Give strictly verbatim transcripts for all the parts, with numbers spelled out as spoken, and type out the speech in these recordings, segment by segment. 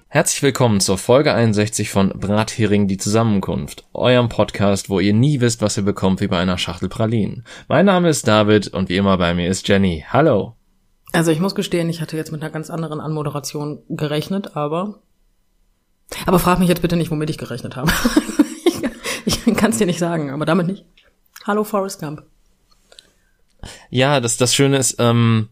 Herzlich willkommen zur Folge einundsechzig von Brathering die Zusammenkunft, eurem Podcast, wo ihr nie wisst, was ihr bekommt wie bei einer Schachtel Pralinen. Mein Name ist David und wie immer bei mir ist Jenny. Hallo. Also ich muss gestehen, ich hatte jetzt mit einer ganz anderen Anmoderation gerechnet, aber aber frag mich jetzt bitte nicht, womit ich gerechnet habe. ich ich kann es dir nicht sagen, aber damit nicht. Hallo Forrest Gump. Ja, das das Schöne ist, ähm,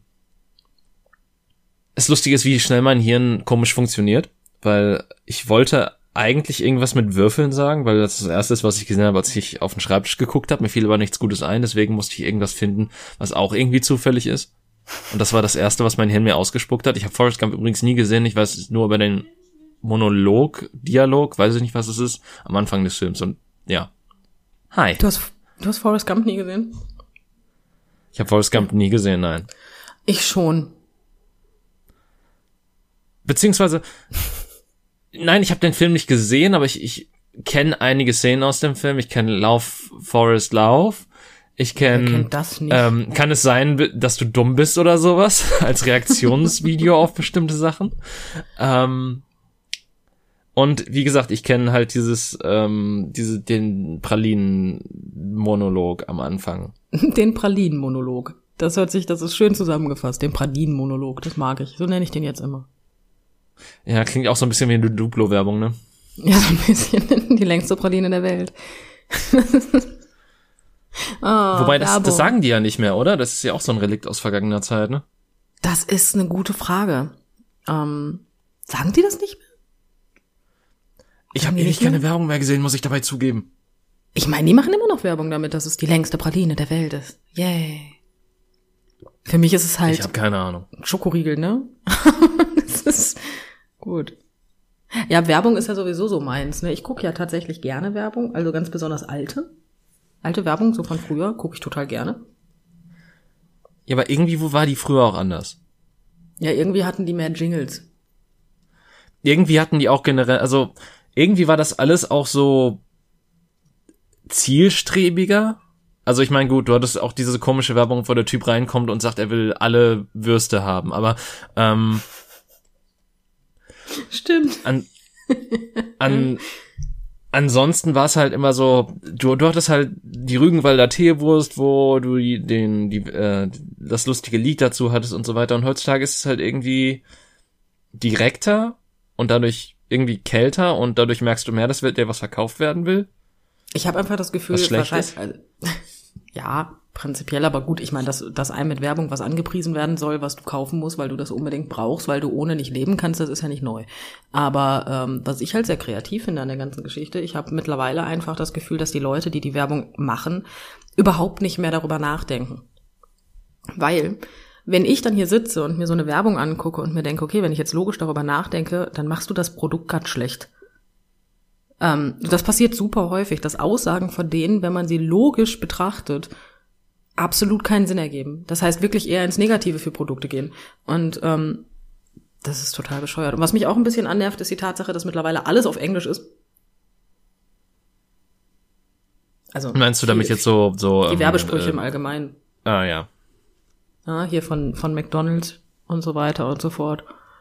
das Lustige ist, wie schnell mein Hirn komisch funktioniert. Weil ich wollte eigentlich irgendwas mit Würfeln sagen, weil das das erste ist, was ich gesehen habe, als ich auf den Schreibtisch geguckt habe. Mir fiel aber nichts Gutes ein, deswegen musste ich irgendwas finden, was auch irgendwie zufällig ist. Und das war das erste, was mein Hirn mir ausgespuckt hat. Ich habe Forrest Gump übrigens nie gesehen, ich weiß nur über den Monolog, Dialog, weiß ich nicht, was es ist, am Anfang des Films. Und ja, hi. Du hast, du hast Forrest Gump nie gesehen? Ich habe Forrest Gump nie gesehen, nein. Ich schon. Beziehungsweise... Nein, ich habe den Film nicht gesehen, aber ich, ich kenne einige Szenen aus dem Film. Ich kenne Lauf, Forrest, Lauf. Ich kenne, ähm, kann es sein, dass du dumm bist oder sowas, als Reaktionsvideo auf bestimmte Sachen. Ähm, und wie gesagt, ich kenne halt dieses, ähm, diese, den Pralinen-Monolog am Anfang. Den Pralinen-Monolog. Das hört sich, das ist schön zusammengefasst. Den Pralinen-Monolog, das mag ich. So nenne ich den jetzt immer. Ja, klingt auch so ein bisschen wie eine Duplo-Werbung, ne? Ja, so ein bisschen. Die längste Praline der Welt. oh, Wobei, das, das sagen die ja nicht mehr, oder? Das ist ja auch so ein Relikt aus vergangener Zeit, ne? Das ist eine gute Frage. Ähm, sagen die das nicht mehr? Ich habe ewig keine Werbung mehr gesehen, muss ich dabei zugeben. Ich meine, die machen immer noch Werbung damit, dass es die längste Praline der Welt ist. Yay. Für mich ist es halt... Ich habe keine Ahnung. Schokoriegel, ne? Das ist... Gut. Ja, Werbung ist ja sowieso so meins, ne? Ich gucke ja tatsächlich gerne Werbung, also ganz besonders alte. Alte Werbung, so von früher, gucke ich total gerne. Ja, aber irgendwie, wo war die früher auch anders? Ja, irgendwie hatten die mehr Jingles. Irgendwie hatten die auch generell, also irgendwie war das alles auch so zielstrebiger. Also ich meine, gut, du hattest auch diese komische Werbung, wo der Typ reinkommt und sagt, er will alle Würste haben, aber ähm Stimmt. An, an, ansonsten war es halt immer so, du, du hattest halt die Rügenwalder Teewurst, wo du die, den, die, äh, das lustige Lied dazu hattest und so weiter. Und heutzutage ist es halt irgendwie direkter und dadurch irgendwie kälter und dadurch merkst du mehr, dass dir was verkauft werden will. Ich habe einfach das Gefühl, was schlecht ist. Also, ja, prinzipiell, aber gut, ich meine, dass, dass einem mit Werbung was angepriesen werden soll, was du kaufen musst, weil du das unbedingt brauchst, weil du ohne nicht leben kannst, das ist ja nicht neu. Aber ähm, was ich halt sehr kreativ finde an der ganzen Geschichte, ich habe mittlerweile einfach das Gefühl, dass die Leute, die die Werbung machen, überhaupt nicht mehr darüber nachdenken. Weil, wenn ich dann hier sitze und mir so eine Werbung angucke und mir denke, okay, wenn ich jetzt logisch darüber nachdenke, dann machst du das Produkt grad schlecht. Ähm, das passiert super häufig, dass Aussagen von denen, wenn man sie logisch betrachtet, absolut keinen Sinn ergeben. Das heißt, wirklich eher ins Negative für Produkte gehen. Und ähm, das ist total bescheuert. Und was mich auch ein bisschen annervt, ist die Tatsache, dass mittlerweile alles auf Englisch ist. Also meinst du damit die, jetzt so so die ähm, Werbesprüche äh, im Allgemeinen? Ah ja. Ja, hier von von McDonald's und so weiter und so fort.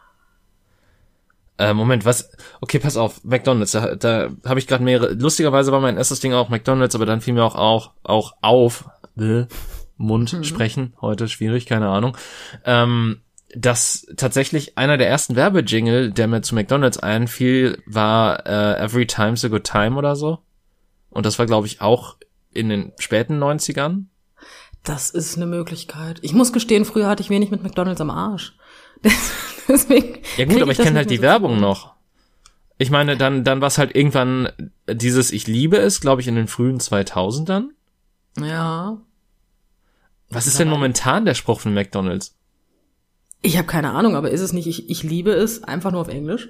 Äh, Moment, was? Okay, pass auf, McDonald's, da, da habe ich gerade mehrere, lustigerweise war mein erstes Ding auch McDonald's, aber dann fiel mir auch auch, auch auf, äh, Mund mhm. sprechen, heute schwierig, keine Ahnung, ähm, dass tatsächlich einer der ersten Werbejingle, der mir zu McDonald's einfiel, war äh, Every Time's a Good Time oder so. Und das war, glaube ich, auch in den späten neunzigern. Das ist eine Möglichkeit. Ich muss gestehen, früher hatte ich wenig mit McDonald's am Arsch. Deswegen ja gut, aber ich kenne halt die so Werbung noch. Ich meine, dann dann war es halt irgendwann dieses Ich liebe es, glaube ich, in den frühen zweitausendern. Ja. Was ist denn momentan der Spruch von McDonald's? Ich habe keine Ahnung, aber ist es nicht ich, ich liebe es einfach nur auf Englisch?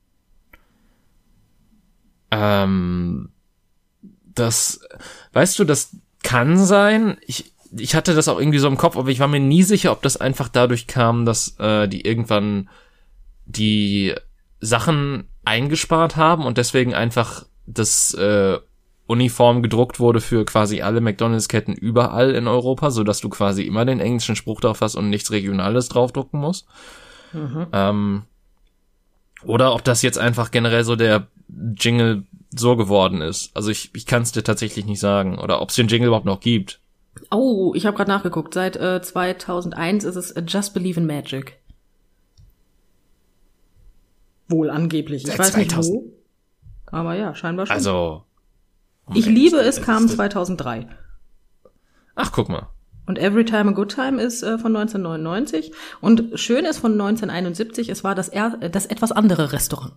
Ähm, das, weißt du, das kann sein. Ich Ich hatte das auch irgendwie so im Kopf, aber ich war mir nie sicher, ob das einfach dadurch kam, dass äh, die irgendwann die Sachen eingespart haben und deswegen einfach das äh, uniform gedruckt wurde für quasi alle McDonald's-Ketten überall in Europa, so dass du quasi immer den englischen Spruch drauf hast und nichts Regionales draufdrucken musst. Mhm. Ähm, Oder ob das jetzt einfach generell so der Jingle so geworden ist. Also ich, ich kann es dir tatsächlich nicht sagen. Oder ob es den Jingle überhaupt noch gibt. Oh, ich habe gerade nachgeguckt. Seit äh, zweitausendeins ist es Just Believe in Magic. Wohl angeblich. Ich Seit weiß zweitausend nicht wo. Aber ja, scheinbar schon. Also. Ich Moment, liebe es, das kam ist- zweitausenddrei. Ach, guck mal. Und Every Time a Good Time ist äh, von neunzehnhundertneunundneunzig. Und schön ist von neunzehnhunderteinundsiebzig, es war das, er das etwas andere Restaurant.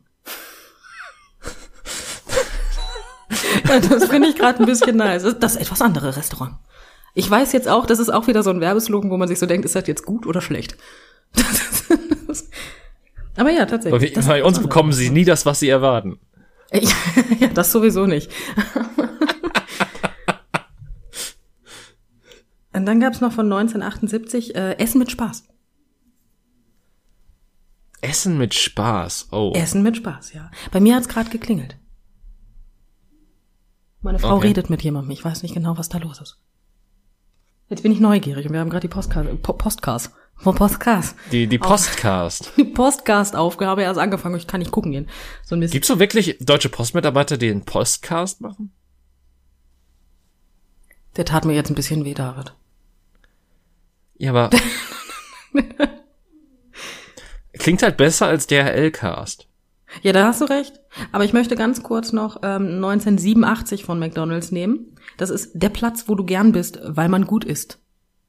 Das finde ich gerade ein bisschen nice. Das etwas andere Restaurant. Ich weiß jetzt auch, das ist auch wieder so ein Werbeslogan, wo man sich so denkt, ist das jetzt gut oder schlecht? Das ist, aber ja, tatsächlich. Bei, das bei uns etwas bekommen andere sie nie das, was sie erwarten. Ja, ja, das sowieso nicht. Und dann gab's noch von neunzehnhundertachtundsiebzig äh, Essen mit Spaß. Essen mit Spaß. Oh. Essen mit Spaß, ja. Bei mir hat's gerade geklingelt. Meine Frau Okay. redet mit jemandem. Ich weiß nicht genau, was da los ist. Jetzt bin ich neugierig und wir haben gerade die Postcast, po Postcast, Postcast, Die, die Postcast. die Postcast-Aufgabe erst angefangen. Ich kann nicht gucken gehen. So ein bisschen. Gibt's so wirklich deutsche Postmitarbeiter, die den Postcast machen? Der tat mir jetzt ein bisschen weh, David. Ja, aber klingt halt besser als D H L-Cast. Ja, da hast du recht. Aber ich möchte ganz kurz noch ähm, neunzehnhundertsiebenundachtzig von McDonald's nehmen. Das ist der Platz, wo du gern bist, weil man gut isst.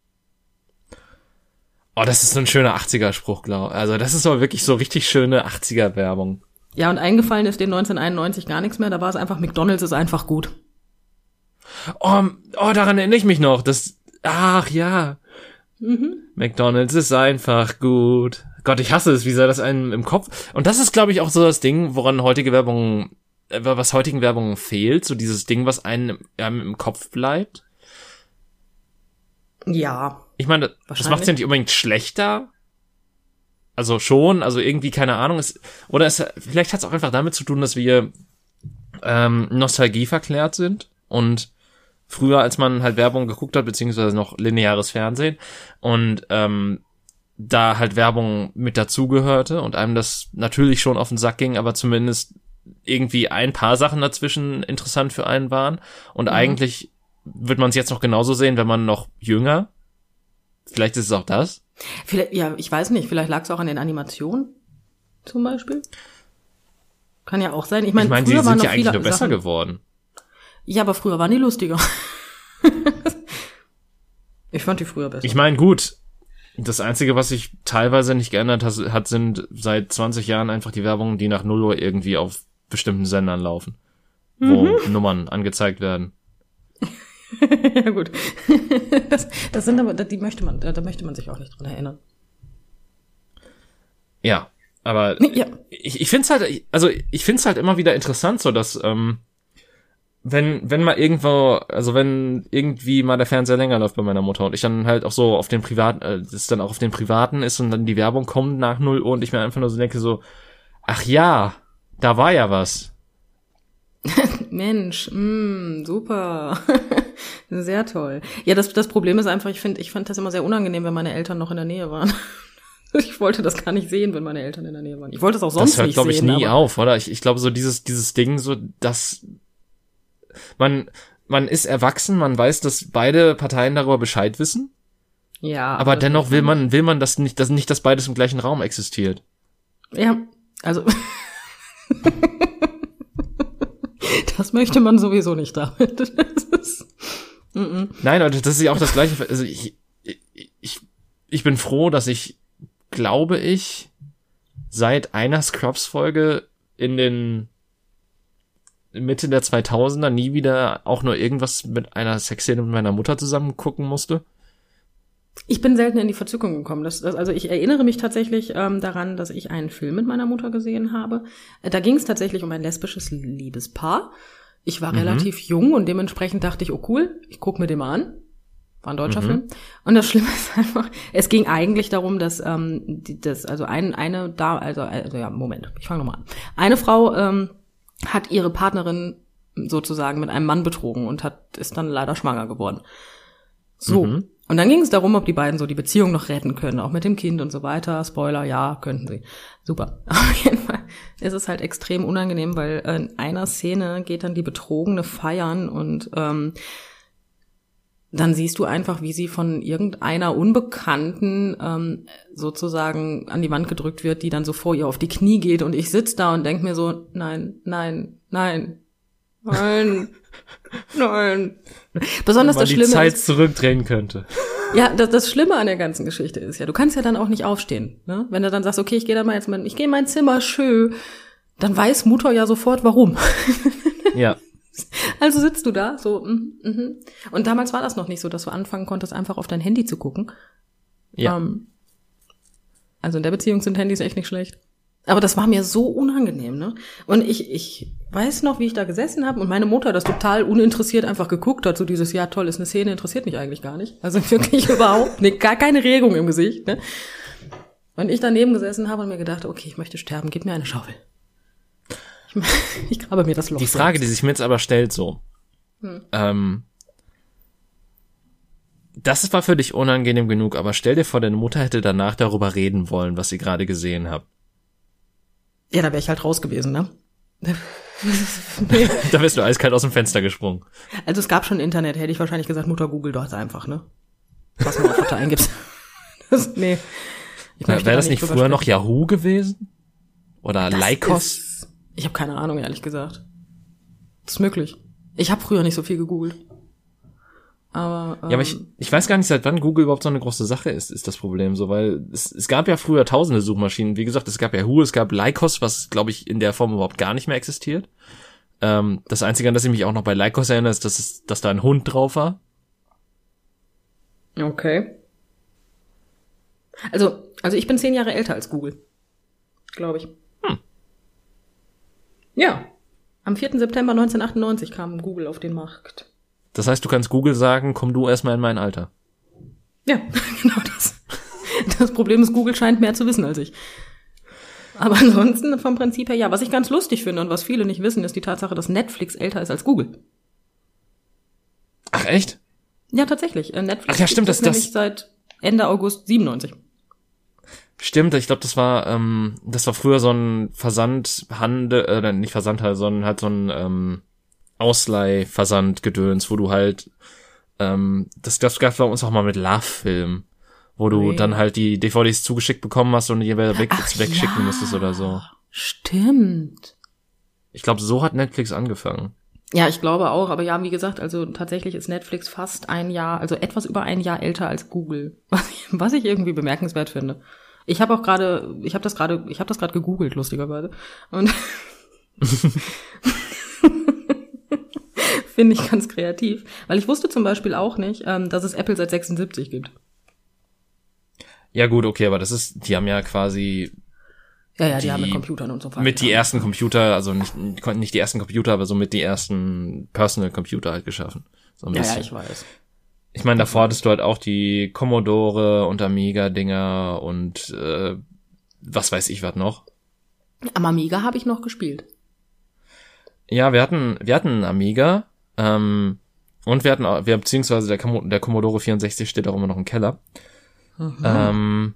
Oh, das ist so ein schöner achtziger-Spruch, glaube ich. Also das ist aber wirklich so richtig schöne achtziger-Werbung. Ja, und eingefallen ist dem neunzehnhunderteinundneunzig gar nichts mehr. Da war es einfach, McDonald's ist einfach gut. Oh, oh, daran erinnere ich mich noch. Das, ach ja. Mhm. McDonald's ist einfach gut. Gott, ich hasse es, wie sei das einem im Kopf. Und das ist, glaube ich, auch so das Ding, woran heutige Werbung, äh, was heutigen Werbungen fehlt. So dieses Ding, was einem, einem im Kopf bleibt. Ja. Ich meine, das Wahrscheinlich. macht's ja nicht unbedingt schlechter. Also schon, also irgendwie, keine Ahnung. Es, oder es, vielleicht hat's auch einfach damit zu tun, dass wir ähm, Nostalgie verklärt sind. Und früher, als man halt Werbung geguckt hat, beziehungsweise noch lineares Fernsehen und ähm, da halt Werbung mit dazugehörte und einem das natürlich schon auf den Sack ging, aber zumindest irgendwie ein paar Sachen dazwischen interessant für einen waren. Und Mhm. eigentlich wird man es jetzt noch genauso sehen, wenn man noch jünger. Vielleicht ist es auch das. Vielleicht, ja, ich weiß nicht, vielleicht lag es auch an den Animationen zum Beispiel. Kann ja auch sein. Ich meine, Ich meine, die früher waren sind noch ja eigentlich viele nur besser Sachen. geworden. Ja, aber früher waren die lustiger. Ich fand die früher besser. Ich meine, gut, das Einzige, was sich teilweise nicht geändert hat, hat, sind seit zwanzig Jahren einfach die Werbungen, die nach null Uhr irgendwie auf bestimmten Sendern laufen, wo Mhm. Nummern angezeigt werden. Ja gut. Das, das sind aber, die möchte man, da, da möchte man sich auch nicht dran erinnern. Ja, aber Ja. ich, ich find's halt, also ich find's halt immer wieder interessant, so dass ähm, wenn wenn mal irgendwo, also wenn irgendwie mal der Fernseher länger läuft bei meiner Mutter und ich dann halt auch so auf den privaten, äh, das dann auch auf den privaten ist und dann die Werbung kommt nach null Uhr und ich mir einfach nur so denke so, ach ja, da war ja was. Mensch, mh, super. Sehr toll. Ja, das, das Problem ist einfach, ich finde, ich fand das immer sehr unangenehm, wenn meine Eltern noch in der Nähe waren. Ich wollte das gar nicht sehen, wenn meine Eltern in der Nähe waren. Ich wollte es auch sonst Das hört, nicht glaube ich, sehen. nie aber auf, oder? Ich, ich glaube, so dieses, dieses Ding, so, dass man, man ist erwachsen, man weiß, dass beide Parteien darüber Bescheid wissen, Ja. aber das dennoch muss will man, will man das nicht, dass nicht, dass beides im gleichen Raum existiert. Ja, also. Das möchte man sowieso nicht damit. Das ist, mm-mm. Nein, also das ist ja auch das Gleiche. Also ich, ich, ich, ich bin froh, dass ich, glaube ich, seit einer Scrubs-Folge in den Mitte der zweitausender nie wieder auch nur irgendwas mit einer Sexszene mit meiner Mutter zusammen gucken musste. Ich bin selten in die Verzückung gekommen. Das, das, also ich erinnere mich tatsächlich ähm, daran, dass ich einen Film mit meiner Mutter gesehen habe. Äh, da ging es tatsächlich um ein lesbisches Liebespaar. Ich war Mhm. relativ jung und dementsprechend dachte ich, oh cool, ich gucke mir den mal an. War ein deutscher Mhm. Film. Und das Schlimme ist einfach, es ging eigentlich darum, dass ähm, die, das, also ein, eine da, also, also ja, Moment, ich fange nochmal an. Eine Frau ähm, hat ihre Partnerin sozusagen mit einem Mann betrogen und hat ist dann leider schwanger geworden. So. Mhm. Und dann ging es darum, ob die beiden so die Beziehung noch retten können, auch mit dem Kind und so weiter. Spoiler, ja, könnten sie. Super. Auf jeden Fall ist es halt extrem unangenehm, weil in einer Szene geht dann die Betrogene feiern und ähm, dann siehst du einfach, wie sie von irgendeiner Unbekannten ähm, sozusagen an die Wand gedrückt wird, die dann so vor ihr auf die Knie geht und ich sitz da und denk mir so, nein, nein, nein, nein, nein. Besonders Wenn man das Schlimme die Zeit ist, zurückdrehen könnte. ja, das, das Schlimme an der ganzen Geschichte ist ja, du kannst ja dann auch nicht aufstehen. Ne? Wenn du dann sagst, okay, ich gehe dann mal jetzt mal, ich gehe in mein Zimmer, schön, dann weiß Mutter ja sofort, warum. Ja. Also sitzt du da, so, mm, mm. Und damals war das noch nicht so, dass du anfangen konntest, einfach auf dein Handy zu gucken. Ja. Ähm, also in der Beziehung sind Handys echt nicht schlecht. Aber das war mir so unangenehm, ne? Und ich ich weiß noch, wie ich da gesessen habe und meine Mutter das total uninteressiert einfach geguckt hat, so dieses, ja toll, ist eine Szene, interessiert mich eigentlich gar nicht. Also wirklich überhaupt nicht, gar keine Regung im Gesicht, ne? Und ich daneben gesessen habe und mir gedacht, okay, ich möchte sterben, gib mir eine Schaufel. Ich, ich grabe mir das Loch. Die Frage, selbst. die sich mir jetzt aber stellt, so, hm. ähm, das war für dich unangenehm genug, aber stell dir vor, deine Mutter hätte danach darüber reden wollen, was sie gerade gesehen hat. Ja, da wäre ich halt raus gewesen, ne? Nee. Da wärst du eiskalt aus dem Fenster gesprungen. Also es gab schon Internet, hätte ich wahrscheinlich gesagt, Mutter, google doch einfach, ne? Was du auf da eingibst. Das, nee. Wäre das nicht früher sprechen. Noch Yahoo gewesen? Oder das Lycos? Ist, ich habe keine Ahnung, ehrlich gesagt. Das ist möglich. Ich habe früher nicht so viel gegoogelt. Aber, ähm, ja, aber ich, ich weiß gar nicht, seit wann Google überhaupt so eine große Sache ist, ist das Problem so, weil es, es gab ja früher tausende Suchmaschinen. Wie gesagt, es gab Yahoo, es gab Lycos, was, glaube ich, in der Form überhaupt gar nicht mehr existiert. Ähm, das Einzige, an das ich mich auch noch bei Lycos erinnere, ist, dass, es, dass da ein Hund drauf war. Okay. Also, also ich bin zehn Jahre älter als Google. Glaube ich. Hm. Ja. Am vierten September neunzehnhundertachtundneunzig kam Google auf den Markt. Das heißt, du kannst Google sagen, komm du erstmal in mein Alter. Ja, genau das. Das Problem ist, Google scheint mehr zu wissen als ich. Aber ansonsten vom Prinzip her, ja. Was ich ganz lustig finde und was viele nicht wissen, ist die Tatsache, dass Netflix älter ist als Google. Ach, echt? Ja, tatsächlich. Netflix Ach ja, stimmt, ist das, nämlich das seit Ende August siebenundneunzig. Stimmt, ich glaube, das war ähm, das war früher so ein Versandhandel, äh, nicht Versandhandel, sondern halt so ein ähm, Ausleihversandgedöns, wo du halt, ähm, das, das gab bei uns auch mal mit Love-Film, wo du nee. dann halt die D V Ds zugeschickt bekommen hast und die weg, Ach, wegschicken ja. musstest oder so. Stimmt. Ich glaube, so hat Netflix angefangen. Ja, ich glaube auch, aber ja, wie gesagt, also tatsächlich ist Netflix fast ein Jahr, also etwas über ein Jahr älter als Google, was ich, was ich irgendwie bemerkenswert finde. Ich habe auch gerade, ich habe das gerade, ich habe das gerade gegoogelt, lustigerweise. Und finde ich ganz kreativ. Weil ich wusste zum Beispiel auch nicht, ähm, dass es Apple seit sechsundsiebzig gibt. Ja gut, okay, aber das ist, die haben ja quasi Ja, ja, die, die haben mit Computern und so weiter. mit die ersten Computer, also nicht, nicht die ersten Computer, aber so mit die ersten Personal Computer halt geschaffen. So ein ja, bisschen. ja, ich weiß. Ich meine, davor hattest du halt auch die Commodore und Amiga-Dinger und äh, was weiß ich was noch. Am Amiga habe ich noch gespielt. Ja, wir hatten wir hatten einen Amiga ähm, und wir hatten auch, wir beziehungsweise der, Com- der Commodore vierundsechzig steht auch immer noch im Keller. Mhm. Ähm,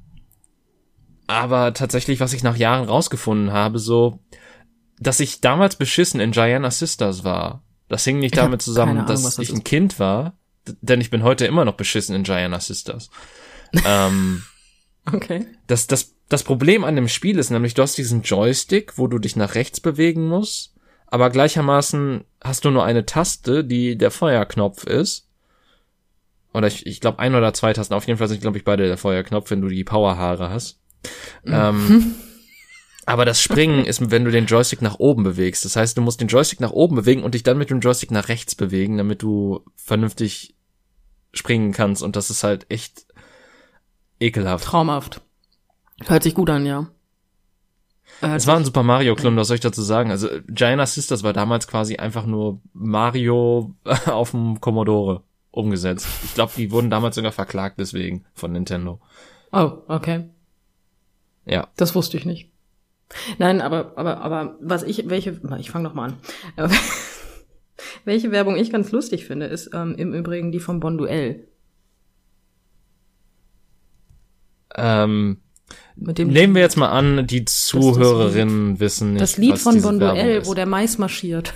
aber tatsächlich, was ich nach Jahren rausgefunden habe, so, dass ich damals beschissen in Gianna Sisters war. Das hing nicht ich damit zusammen, Ahnung, dass das ich ist. ein Kind war, denn ich bin heute immer noch beschissen in Gianna Sisters. ähm, Okay. Das, das, das Problem an dem Spiel ist nämlich, du hast diesen Joystick, wo du dich nach rechts bewegen musst, aber gleichermaßen hast du nur eine Taste, die der Feuerknopf ist. Oder ich, ich glaube ein oder zwei Tasten, auf jeden Fall sind, glaube ich, beide der Feuerknopf, wenn du die Powerhaare hast. Mhm. Ähm, aber das Springen ist, wenn du den Joystick nach oben bewegst. Das heißt, du musst den Joystick nach oben bewegen und dich dann mit dem Joystick nach rechts bewegen, damit du vernünftig springen kannst. Und das ist halt echt ekelhaft. Traumhaft. Hört sich gut an, ja. Es war ein Super Mario-Klon, was soll ich dazu sagen? Also Gianna Sisters war damals quasi einfach nur Mario auf dem Commodore umgesetzt. Ich glaube, die wurden damals sogar verklagt deswegen von Nintendo. Oh, okay. Ja. Das wusste ich nicht. Nein, aber aber aber was ich welche ich fange noch mal an. Welche Werbung ich ganz lustig finde, ist ähm, im Übrigen die vom Bonduell. ähm, Mit dem nehmen wir jetzt mal an, die Zuhörerinnen das wissen nicht, das Lied was von diese Werbung Bonduelle, ist. wo der Mais marschiert.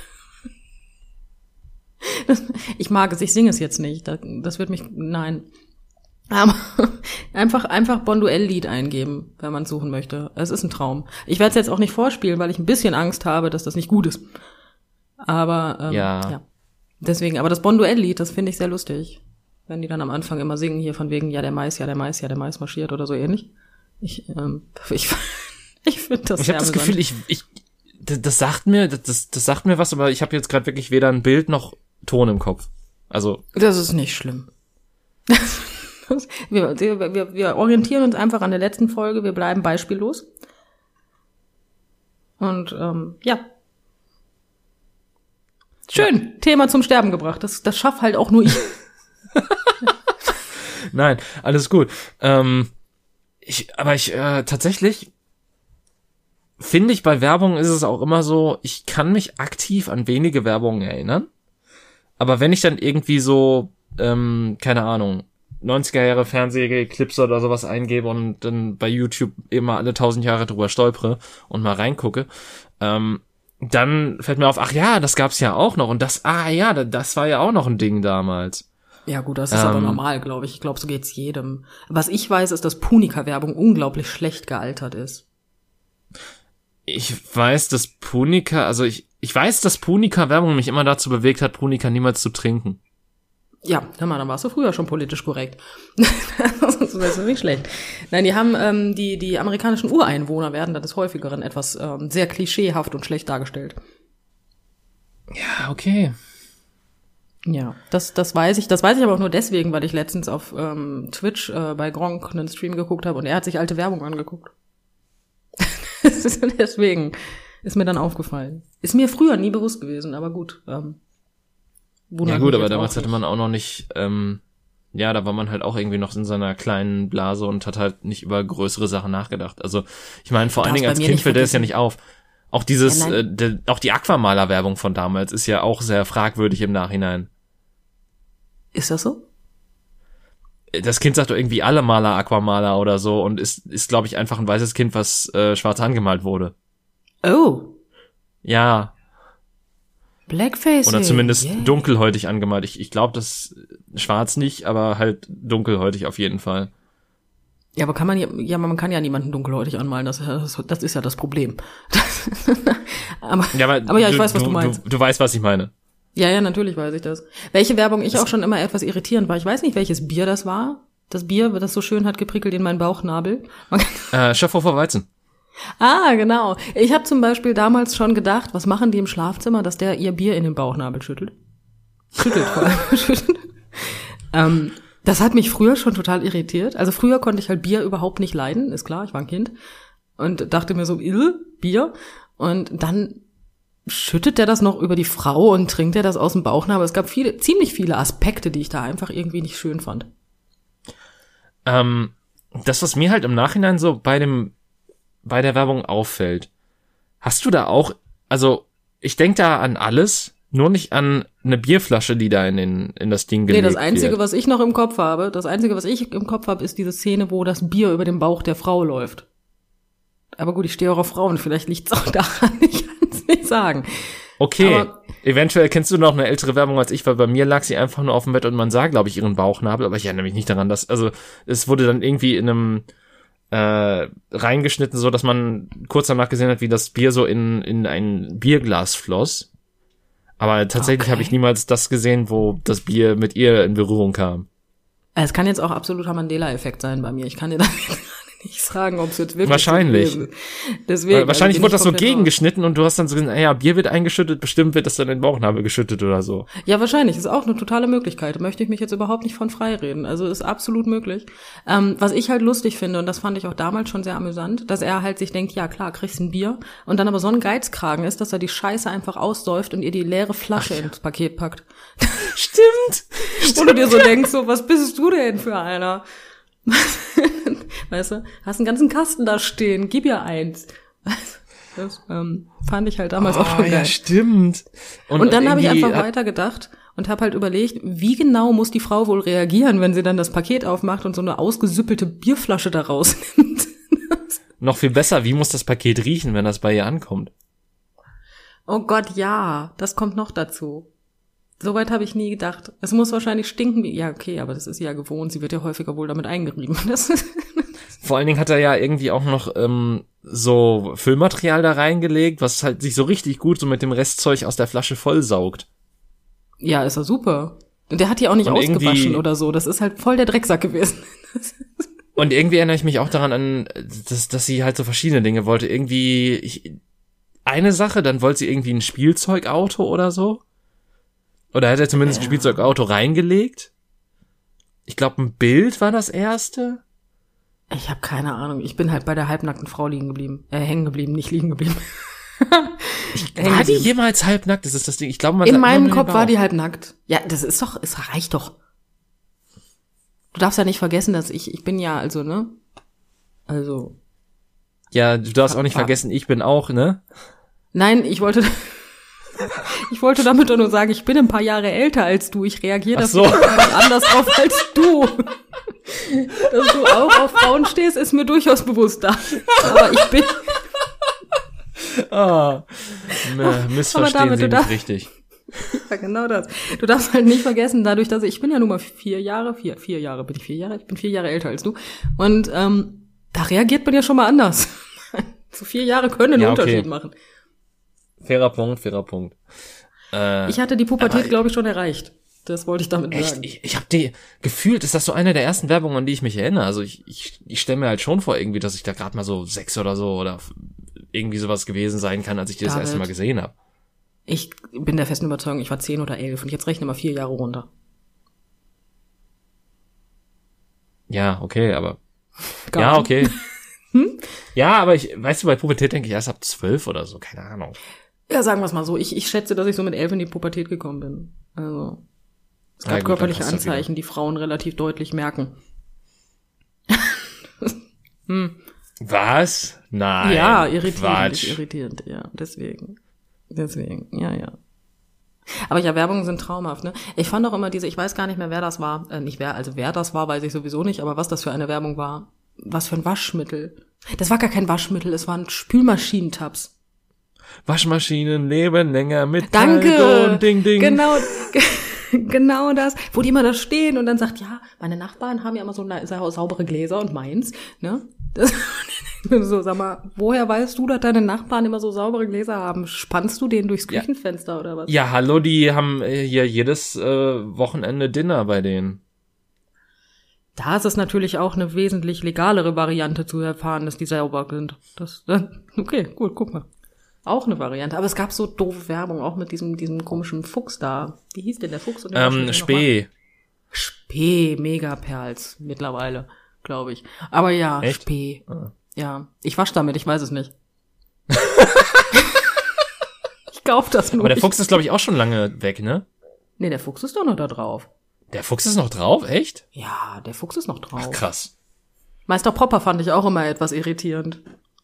Das, ich mag es, ich singe es jetzt nicht. Das, das wird mich, nein. Aber einfach, einfach Bonduelle-Lied eingeben, wenn man es suchen möchte. Es ist ein Traum. Ich werde es jetzt auch nicht vorspielen, weil ich ein bisschen Angst habe, dass das nicht gut ist. Aber, ähm, Ja. ja. Deswegen, aber das Bonduelle-Lied, das finde ich sehr lustig. Wenn die dann am Anfang immer singen hier von wegen, ja, der Mais, ja, der Mais, ja, der Mais marschiert oder so ähnlich. Ich, ähm, ich, ich finde das Ich sehr habe das amüsant. Gefühl, ich, ich, das, das sagt mir, das, das sagt mir was, aber ich habe jetzt gerade wirklich weder ein Bild noch Ton im Kopf. Also. Das ist nicht schlimm. wir, wir, wir orientieren uns einfach an der letzten Folge, wir bleiben beispiellos. Und ähm, ja. Schön, ja. Thema zum Sterben gebracht. Das, das schafft halt auch nur ich. Nein, alles gut. Ähm, ich, aber ich äh, tatsächlich finde ich, bei Werbung ist es auch immer so, ich kann mich aktiv an wenige Werbungen erinnern. Aber wenn ich dann irgendwie so, ähm, keine Ahnung, neunziger Jahre Fernsehclips oder sowas eingebe und dann bei YouTube immer alle tausend Jahre drüber stolpere und mal reingucke, ähm, dann fällt mir auf, ach ja, das gab's ja auch noch und das, ah ja, das war ja auch noch ein Ding damals. Ja gut, das ist ähm, aber normal, glaube ich. Ich glaube, so geht's jedem. Was ich weiß, ist, dass Punika-Werbung unglaublich schlecht gealtert ist. Ich weiß, dass Punika, also ich, ich weiß, dass Punika-Werbung mich immer dazu bewegt hat, Punika niemals zu trinken. Ja, hör mal, dann warst du früher schon politisch korrekt. Das ist nicht schlecht. Nein, die haben, ähm, die, die amerikanischen Ureinwohner werden da des Häufigeren etwas ähm, sehr klischeehaft und schlecht dargestellt. Ja, okay. Ja, das, das weiß ich. Das weiß ich aber auch nur deswegen, weil ich letztens auf ähm, Twitch äh, bei Gronk einen Stream geguckt habe und er hat sich alte Werbung angeguckt. Deswegen ist mir dann aufgefallen. Ist mir früher nie bewusst gewesen, aber gut. Ähm, ja gut, aber damals hatte man auch noch nicht, ähm, ja, da war man halt auch irgendwie noch in seiner kleinen Blase und hat halt nicht über größere Sachen nachgedacht. Also ich meine, vor allen Dingen als Kind fällt das ja nicht auf. Auch dieses, ja, äh, de, auch die Aquamaler-Werbung von damals ist ja auch sehr fragwürdig im Nachhinein. Ist das so? Das Kind sagt doch irgendwie alle Maler Aquamaler oder so und ist, ist glaube ich, einfach ein weißes Kind, was äh, schwarz angemalt wurde. Oh. Ja. Blackface. Oder zumindest yeah. dunkelhäutig angemalt. Ich, ich glaube, das schwarz nicht, aber halt dunkelhäutig auf jeden Fall. Ja, aber kann man ja, ja, man kann ja niemanden dunkelhäutig anmalen, das, das, das ist ja das Problem. Das, aber, ja, aber, aber ja, ich du, weiß, was du, du meinst. Du, du weißt, was ich meine. Ja, ja, natürlich weiß ich das. Welche Werbung ich auch schon immer etwas irritierend war, ich weiß nicht, welches Bier das war. Das Bier, das so schön hat geprickelt in meinen Bauchnabel. Äh, Schöpfhofer Weizen. Ah, genau. Ich habe zum Beispiel damals schon gedacht, was machen die im Schlafzimmer, dass der ihr Bier in den Bauchnabel schüttelt. Schüttelt vor allem. Schüttelt. Ähm, das hat mich früher schon total irritiert. Also früher konnte ich halt Bier überhaupt nicht leiden, ist klar, ich war ein Kind. Und dachte mir so, Bier. Und dann schüttet der das noch über die Frau und trinkt er das aus dem Bauchnabel. Es gab viele, ziemlich viele Aspekte, die ich da einfach irgendwie nicht schön fand. Ähm, das, was mir halt im Nachhinein so bei dem bei der Werbung auffällt. Hast du da auch, also ich denke da an alles, nur nicht an eine Bierflasche, die da in, den, in das Ding gelegt wird. Nee, das Einzige, wird. was ich noch im Kopf habe, das Einzige, was ich im Kopf habe, ist diese Szene, wo das Bier über den Bauch der Frau läuft. Aber gut, ich stehe auch auf Frauen, vielleicht liegt's auch daran, ich kann es nicht sagen. Okay, aber eventuell kennst du noch eine ältere Werbung als ich, weil bei mir lag sie einfach nur auf dem Bett und man sah, glaube ich, ihren Bauchnabel, aber ich erinnere mich nicht daran, dass, also es wurde dann irgendwie in einem äh, reingeschnitten, so dass man kurz danach gesehen hat, wie das Bier so in in ein Bierglas floss. Aber tatsächlich okay. habe ich niemals das gesehen, wo das Bier mit ihr in Berührung kam. Es kann jetzt auch absoluter Mandela-Effekt sein bei mir. Ich kann dir da nicht sagen, ob es jetzt wirklich wahrscheinlich. So Deswegen, wahrscheinlich also wurde das so gegengeschnitten und du hast dann so gesagt, ja, Bier wird eingeschüttet, bestimmt wird das dann in den Bauchnabel geschüttet oder so. Ja, wahrscheinlich. Ist auch eine totale Möglichkeit. Da möchte ich mich jetzt überhaupt nicht von frei reden. Also ist absolut möglich. Ähm, was ich halt lustig finde, und das fand ich auch damals schon sehr amüsant, dass er halt sich denkt, ja klar, kriegst ein Bier, und dann aber so ein Geizkragen ist, dass er die Scheiße einfach aussäuft und ihr die leere Flasche Ach, ja. ins Paket packt. Stimmt. Wo du dir so denkst, so, was bist du denn für einer? Weißt du, hast einen ganzen Kasten da stehen, gib ihr eins. Das ähm, fand ich halt damals oh, auch schon geil. Ja, stimmt. Und, und dann habe ich einfach ja. weiter gedacht und habe halt überlegt, wie genau muss die Frau wohl reagieren, wenn sie dann das Paket aufmacht und so eine ausgesüppelte Bierflasche da rausnimmt. Noch viel besser, wie muss das Paket riechen, wenn das bei ihr ankommt? Oh Gott, ja, das kommt noch dazu. Soweit habe ich nie gedacht. Es muss wahrscheinlich stinken. Wie, ja, okay, aber das ist sie ja gewohnt. Sie wird ja häufiger wohl damit eingerieben. Das ist Vor allen Dingen hat er ja irgendwie auch noch ähm, so Füllmaterial da reingelegt, was halt sich so richtig gut so mit dem Restzeug aus der Flasche vollsaugt. Ja, ist ja super. Und der hat die auch nicht Und ausgewaschen oder so. Das ist halt voll der Drecksack gewesen. Und irgendwie erinnere ich mich auch daran an, dass, dass sie halt so verschiedene Dinge wollte. Irgendwie ich, eine Sache, dann wollte sie irgendwie ein Spielzeugauto oder so. Oder hat er zumindest ja. ein Spielzeugauto reingelegt? Ich glaube, ein Bild war das erste. Ich habe keine Ahnung. Ich bin halt bei der halbnackten Frau liegen geblieben. Äh, hängen geblieben, nicht liegen geblieben. War die jemals halbnackt? Das ist das Ding. Ich glaube, man in meinem Kopf war die halbnackt. Ja, das ist doch, es reicht doch. Du darfst ja nicht vergessen, dass ich, ich bin ja, also, ne? Also. Ja, du darfst auch nicht vergessen, ich bin auch, ne? Nein, ich wollte, ich wollte damit doch nur sagen, ich bin ein paar Jahre älter als du. Ich reagiere da so. anders drauf als du. Dass du auch auf Frauen stehst, ist mir durchaus bewusst da. Aber ich bin... Ah, ne, missverstehen Sie mich richtig. Ja, genau das. Du darfst halt nicht vergessen, dadurch, dass ich, ich bin ja nun mal vier Jahre, vier, vier Jahre, bin ich vier Jahre? Ich bin vier Jahre älter als du. Und ähm, da reagiert man ja schon mal anders. So vier Jahre können einen ja, okay. Unterschied machen. Fairer Punkt, fairer Punkt. Äh, ich hatte die Pubertät, glaube ich, schon erreicht. Das wollte ich damit echt? sagen. Ich, ich habe die, gefühlt ist das so eine der ersten Werbungen, an die ich mich erinnere. Also ich, ich, ich stelle mir halt schon vor irgendwie, dass ich da gerade mal so sechs oder so oder irgendwie sowas gewesen sein kann, als ich die das erste Mal gesehen habe. Ich bin der festen Überzeugung, ich war zehn oder elf und jetzt rechne mal vier Jahre runter. Ja, okay, aber Gar ja, nicht. okay. hm? Ja, aber ich, weißt du, bei Pubertät denke ich erst ab zwölf oder so, keine Ahnung. Ja, sagen wir es mal so. Ich, ich schätze, dass ich so mit elf in die Pubertät gekommen bin. Also es gab ja, gut, körperliche Anzeichen, die Frauen relativ deutlich merken. hm. Was? Nein. Ja, irritierend, Quatsch. irritierend, ja, deswegen. Deswegen, ja, ja. Aber ja, Werbungen sind traumhaft, ne? Ich fand auch immer diese, ich weiß gar nicht mehr, wer das war, äh, nicht wer, also wer das war, weiß ich sowieso nicht, aber was das für eine Werbung war, was für ein Waschmittel. Das war gar kein Waschmittel, es waren Spülmaschinentabs. Waschmaschinen leben länger mit Danke. Und Ding, Ding. Genau, genau das, wo die immer da stehen und dann sagt, ja, meine Nachbarn haben ja immer so saubere Gläser und meins, ne? Das, so, sag mal, woher weißt du, dass deine Nachbarn immer so saubere Gläser haben? Spannst du denen durchs Küchenfenster ja. oder was? Ja, hallo, die haben hier jedes äh, Wochenende Dinner bei denen. Da ist es natürlich auch eine wesentlich legalere Variante zu erfahren, dass die sauber sind. Das, okay, gut, guck mal. Auch eine Variante. Aber es gab so doofe Werbung, auch mit diesem diesem komischen Fuchs da. Wie hieß denn der Fuchs? Und der ähm, Spee. Spee, Megaperls mittlerweile, glaube ich. Aber ja, echt? Spee. Ah. Ja, ich wasch damit, ich weiß es nicht. Ich kauf das nur. Aber der Fuchs ist, glaube ich, auch schon lange weg, ne? Nee, der Fuchs ist doch noch da drauf. Der Fuchs ist noch drauf? Echt? Ja, der Fuchs ist noch drauf. Ach, krass. Meister Popper fand ich auch immer etwas irritierend.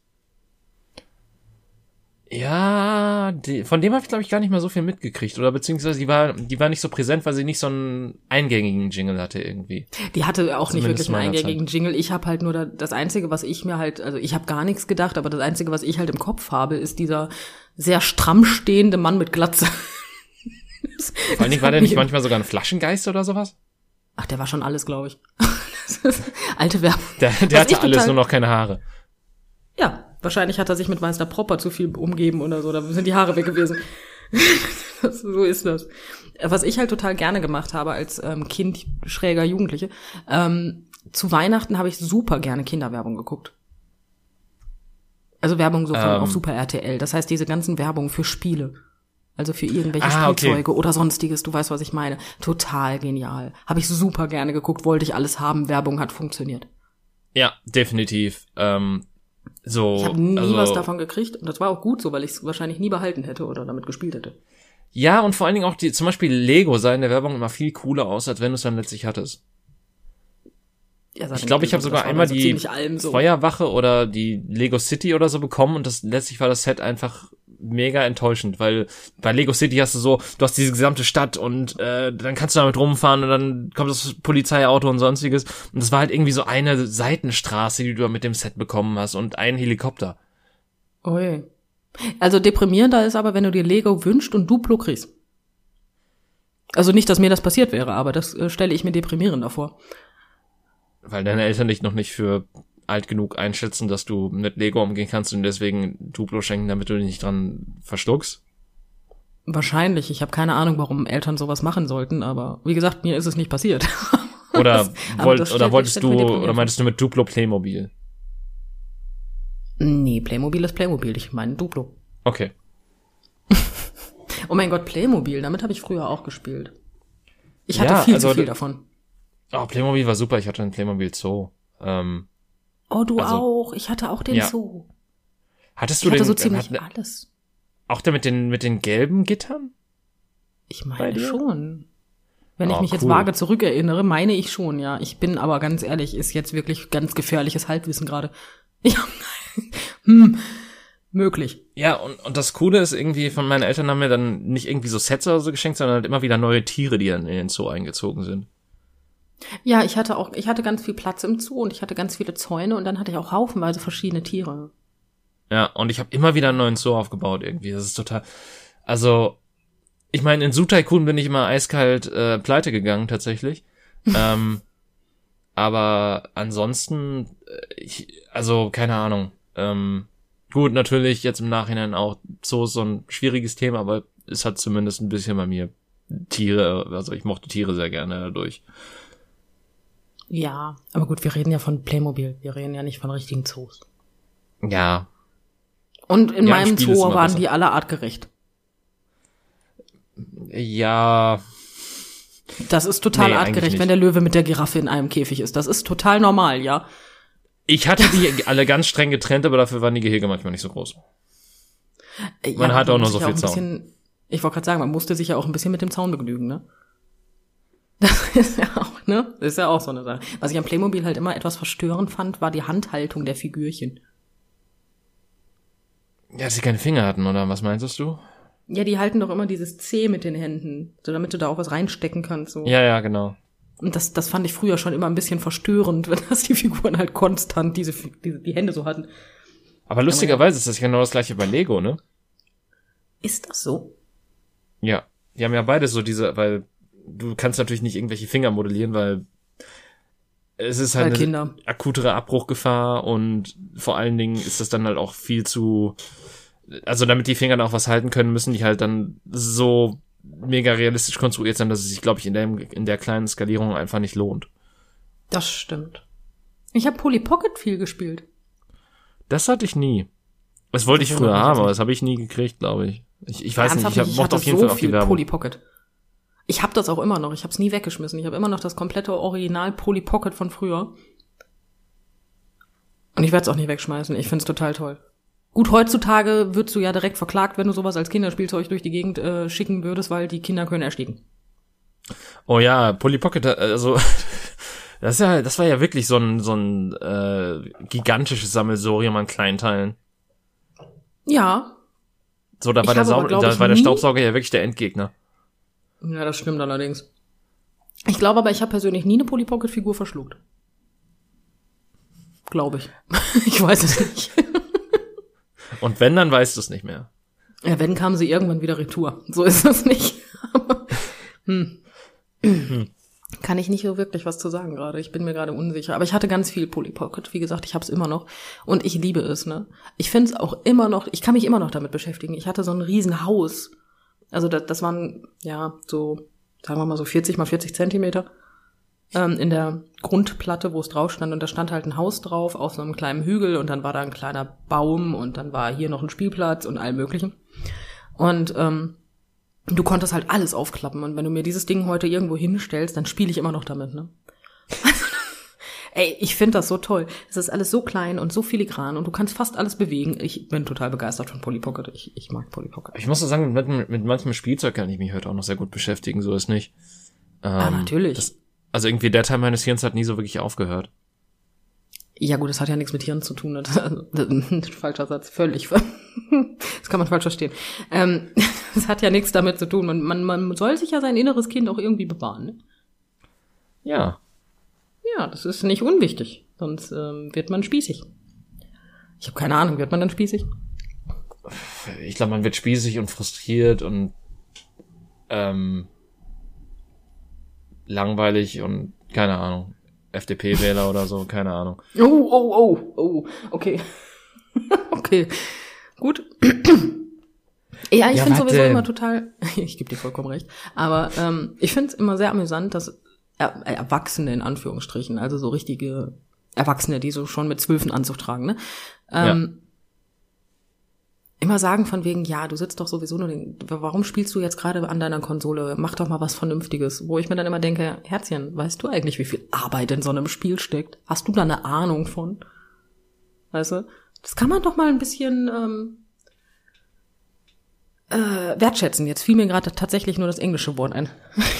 Ja, die, von dem habe ich, glaube ich, gar nicht mehr so viel mitgekriegt. Oder beziehungsweise die war die war nicht so präsent, weil sie nicht so einen eingängigen Jingle hatte irgendwie. Die hatte auch nicht wirklich einen eingängigen Zeit. Jingle. Ich habe halt nur da, das Einzige, was ich mir halt, also ich habe gar nichts gedacht, aber das Einzige, was ich halt im Kopf habe, ist dieser sehr stramm stehende Mann mit Glatze. Das, Vor allen Dingen war der nicht manchmal sogar ein Flaschengeist oder sowas? Ach, der war schon alles, glaube ich. Das ist alte Werbung. Der, der hatte alles, total, nur noch keine Haare. Ja. Wahrscheinlich hat er sich mit Meister Propper zu viel umgeben oder so, da sind die Haare weg gewesen. das, so ist das. Was ich halt total gerne gemacht habe als ähm, Kind, schräger Jugendliche, ähm, zu Weihnachten habe ich super gerne Kinderwerbung geguckt. Also Werbung so von, ähm. auf Super R T L. Das heißt, diese ganzen Werbungen für Spiele. Also für irgendwelche ah, Spielzeuge okay. oder sonstiges, du weißt, was ich meine. Total genial. Habe ich super gerne geguckt, wollte ich alles haben, Werbung hat funktioniert. Ja, definitiv. Ähm So, ich habe nie also, was davon gekriegt und das war auch gut so, weil ich es wahrscheinlich nie behalten hätte oder damit gespielt hätte. Ja, und vor allen Dingen auch die, zum Beispiel Lego sah in der Werbung immer viel cooler aus, als wenn du es dann letztlich hattest. Ja, ich glaube, ich habe sogar einmal so die so. Feuerwache oder die Lego City oder so bekommen und das letztlich war das Set einfach mega enttäuschend, weil bei Lego City hast du so, du hast diese gesamte Stadt und äh, dann kannst du damit rumfahren und dann kommt das Polizeiauto und sonstiges. Und das war halt irgendwie so eine Seitenstraße, die du mit dem Set bekommen hast und ein Helikopter. Ui. Also deprimierender ist aber, wenn du dir Lego wünschst und Duplo kriegst. Also nicht, dass mir das passiert wäre, aber das äh, stelle ich mir deprimierender vor. Weil deine Eltern dich noch nicht für alt genug einschätzen, dass du mit Lego umgehen kannst und deswegen Duplo schenken, damit du dich nicht dran verschluckst? Wahrscheinlich. Ich habe keine Ahnung, warum Eltern sowas machen sollten, aber wie gesagt, mir ist es nicht passiert. Oder, das, wollt, das oder wolltest stellt du, oder meintest du mit Duplo Playmobil? Nee, Playmobil ist Playmobil. Ich meine Duplo. Okay. Oh mein Gott, Playmobil, damit habe ich früher auch gespielt. Ich hatte Ja, viel also, zu viel davon. Oh, Playmobil war super. Ich hatte ein Playmobil Zoo. Ähm, Oh, du also, auch. Ich hatte auch den ja. Zoo. Hattest Ich du hatte den, so ziemlich hat, alles. auch der mit den, mit den gelben Gittern? Ich Bei meine dir? schon. Wenn Oh, ich mich jetzt cool. vage zurückerinnere, meine ich schon, ja. Ich bin aber ganz ehrlich, ist jetzt wirklich ganz gefährliches Halbwissen gerade. Ja, hm, möglich. Ja, und, und das Coole ist irgendwie, von meinen Eltern haben mir dann nicht irgendwie so Sets oder so geschenkt, sondern halt immer wieder neue Tiere, die dann in den Zoo eingezogen sind. Ja, ich hatte auch, ich hatte ganz viel Platz im Zoo und ich hatte ganz viele Zäune und dann hatte ich auch haufenweise verschiedene Tiere. Ja, und ich habe immer wieder einen neuen Zoo aufgebaut irgendwie. Das ist total, also, ich meine, in Zoo Tycoon bin ich immer eiskalt äh, pleite gegangen tatsächlich. ähm, aber ansonsten, äh, ich, also keine Ahnung. Ähm, gut, natürlich jetzt im Nachhinein auch Zoo ist so ein schwieriges Thema, aber es hat zumindest ein bisschen bei mir Tiere, also ich mochte Tiere sehr gerne dadurch. Ja, aber gut, wir reden ja von Playmobil, wir reden ja nicht von richtigen Zoos. Ja. Und in Ja, meinem im Spiel ist Zoo immer waren besser. die alle artgerecht. Ja. Das ist total Nee, eigentlich artgerecht, nicht. wenn der Löwe mit der Giraffe in einem Käfig ist. Das ist total normal, ja. Ich hatte die alle ganz streng getrennt, aber dafür waren die Gehege manchmal nicht so groß. Äh, Man ja, hat auch nur muss so sich viel ein Zaun. bisschen, ich wollte gerade sagen, man musste sich ja auch ein bisschen mit dem Zaun begnügen, ne? Das ist ja auch, ne? Das ist ja auch so eine Sache. Was ich am Playmobil halt immer etwas verstörend fand, war die Handhaltung der Figürchen. Ja, dass sie keine Finger hatten, oder was meintest du? Ja, die halten doch immer dieses C mit den Händen, so damit du da auch was reinstecken kannst, so. Ja, ja, genau. Und das, das fand ich früher schon immer ein bisschen verstörend, wenn das die Figuren halt konstant diese, diese die Hände so hatten. Aber lustigerweise ist das genau das gleiche bei Lego, ne? Ist das so? Ja. Die haben ja beide so diese, weil du kannst natürlich nicht irgendwelche Finger modellieren, weil es ist halt Weil eine Kinder. akutere Abbruchgefahr und vor allen Dingen ist das dann halt auch viel zu, also damit die Finger dann auch was halten können, müssen die halt dann so mega realistisch konstruiert sein, dass es sich, glaube ich, in der, in der kleinen Skalierung einfach nicht lohnt. Das stimmt. Ich habe Polly Pocket viel gespielt. Das hatte ich nie. Das wollte Das ich wundert früher mich haben, jetzt aber nicht. das habe ich nie gekriegt, glaube ich. Ich, ich weiß Ernsthaft, nicht, ich, hab, mochte hatte auf jeden so Fall auch die viel Werbung. Polly Pocket. Ich habe das auch immer noch. Ich habe es nie weggeschmissen. Ich habe immer noch das komplette Original Polly Pocket von früher. Und ich werde es auch nicht wegschmeißen. Ich find's total toll. Gut, heutzutage würdest du ja direkt verklagt, wenn du sowas als Kinderspielzeug durch die Gegend äh, schicken würdest, weil die Kinder können ersticken. Oh ja, Polly Pocket, also das ist ja, das war ja wirklich so ein so ein äh, gigantisches Sammelsurium an Kleinteilen. Ja. So, da war Ich der habe aber, Sau glaub da ich, war der nie- Staubsauger ja wirklich der Endgegner. Ja, das stimmt allerdings. Ich glaube aber, ich habe persönlich nie eine Polly Pocket Figur verschluckt. Glaube ich. Ich weiß es nicht. Und wenn, dann weißt du es nicht mehr. Ja, wenn, kam sie irgendwann wieder retour. So ist das nicht. Aber, hm. Kann ich nicht so wirklich was zu sagen gerade. Ich bin mir gerade unsicher. Aber ich hatte ganz viel Polly Pocket. Wie gesagt, ich habe es immer noch. Und ich liebe es, ne? Ich finde es auch immer noch, ich kann mich immer noch damit beschäftigen. Ich hatte so ein Riesenhaus. Also das, das waren, ja, so, sagen wir mal so vierzig mal vierzig Zentimeter. Ähm, in der Grundplatte, wo es drauf stand. Und da stand halt ein Haus drauf auf so einem kleinen Hügel. Und dann war da ein kleiner Baum. Und dann war hier noch ein Spielplatz und allem Möglichen. Und ähm, du konntest halt alles aufklappen. Und wenn du mir dieses Ding heute irgendwo hinstellst, dann spiele ich immer noch damit, ne? Ey, ich finde das so toll. Es ist alles so klein und so filigran und du kannst fast alles bewegen. Ich bin total begeistert von Polly Pocket. Ich, ich mag Polly Pocket. Ich muss so sagen, mit, mit, mit manchem Spielzeug kann ich mich heute auch noch sehr gut beschäftigen, so ist nicht. Ähm, Ah, natürlich. Das, also irgendwie der Teil meines Hirns hat nie so wirklich aufgehört. Ja gut, das hat ja nichts mit Hirn zu tun. Das, das, das, falscher Satz, völlig. Das kann man falsch verstehen. Ähm, das hat ja nichts damit zu tun. Man, man, man soll sich ja sein inneres Kind auch irgendwie bewahren. Ne? Ja. Ja, das ist nicht unwichtig. Sonst ähm, wird man spießig. Ich habe keine Ahnung, wird man dann spießig? Ich glaube, man wird spießig und frustriert und ähm, langweilig und keine Ahnung. F D P-Wähler oder so, keine Ahnung. Oh, oh, oh, oh, okay. Okay, gut. Ja, ich Ja, finde sowieso warte. immer total, ich gebe dir vollkommen recht, aber ähm, ich finde es immer sehr amüsant, dass er, Erwachsene in Anführungsstrichen, also so richtige Erwachsene, die so schon mit zwölf einen Anzug tragen, ne? Ähm, ja. Immer sagen von wegen, ja, du sitzt doch sowieso nur den, warum spielst du jetzt gerade an deiner Konsole? Mach doch mal was Vernünftiges. Wo ich mir dann immer denke, Herzchen, weißt du eigentlich, wie viel Arbeit in so einem Spiel steckt? Hast du da eine Ahnung von? Weißt du? Das kann man doch mal ein bisschen ähm, äh, wertschätzen. Jetzt fiel mir gerade tatsächlich nur das englische Wort ein.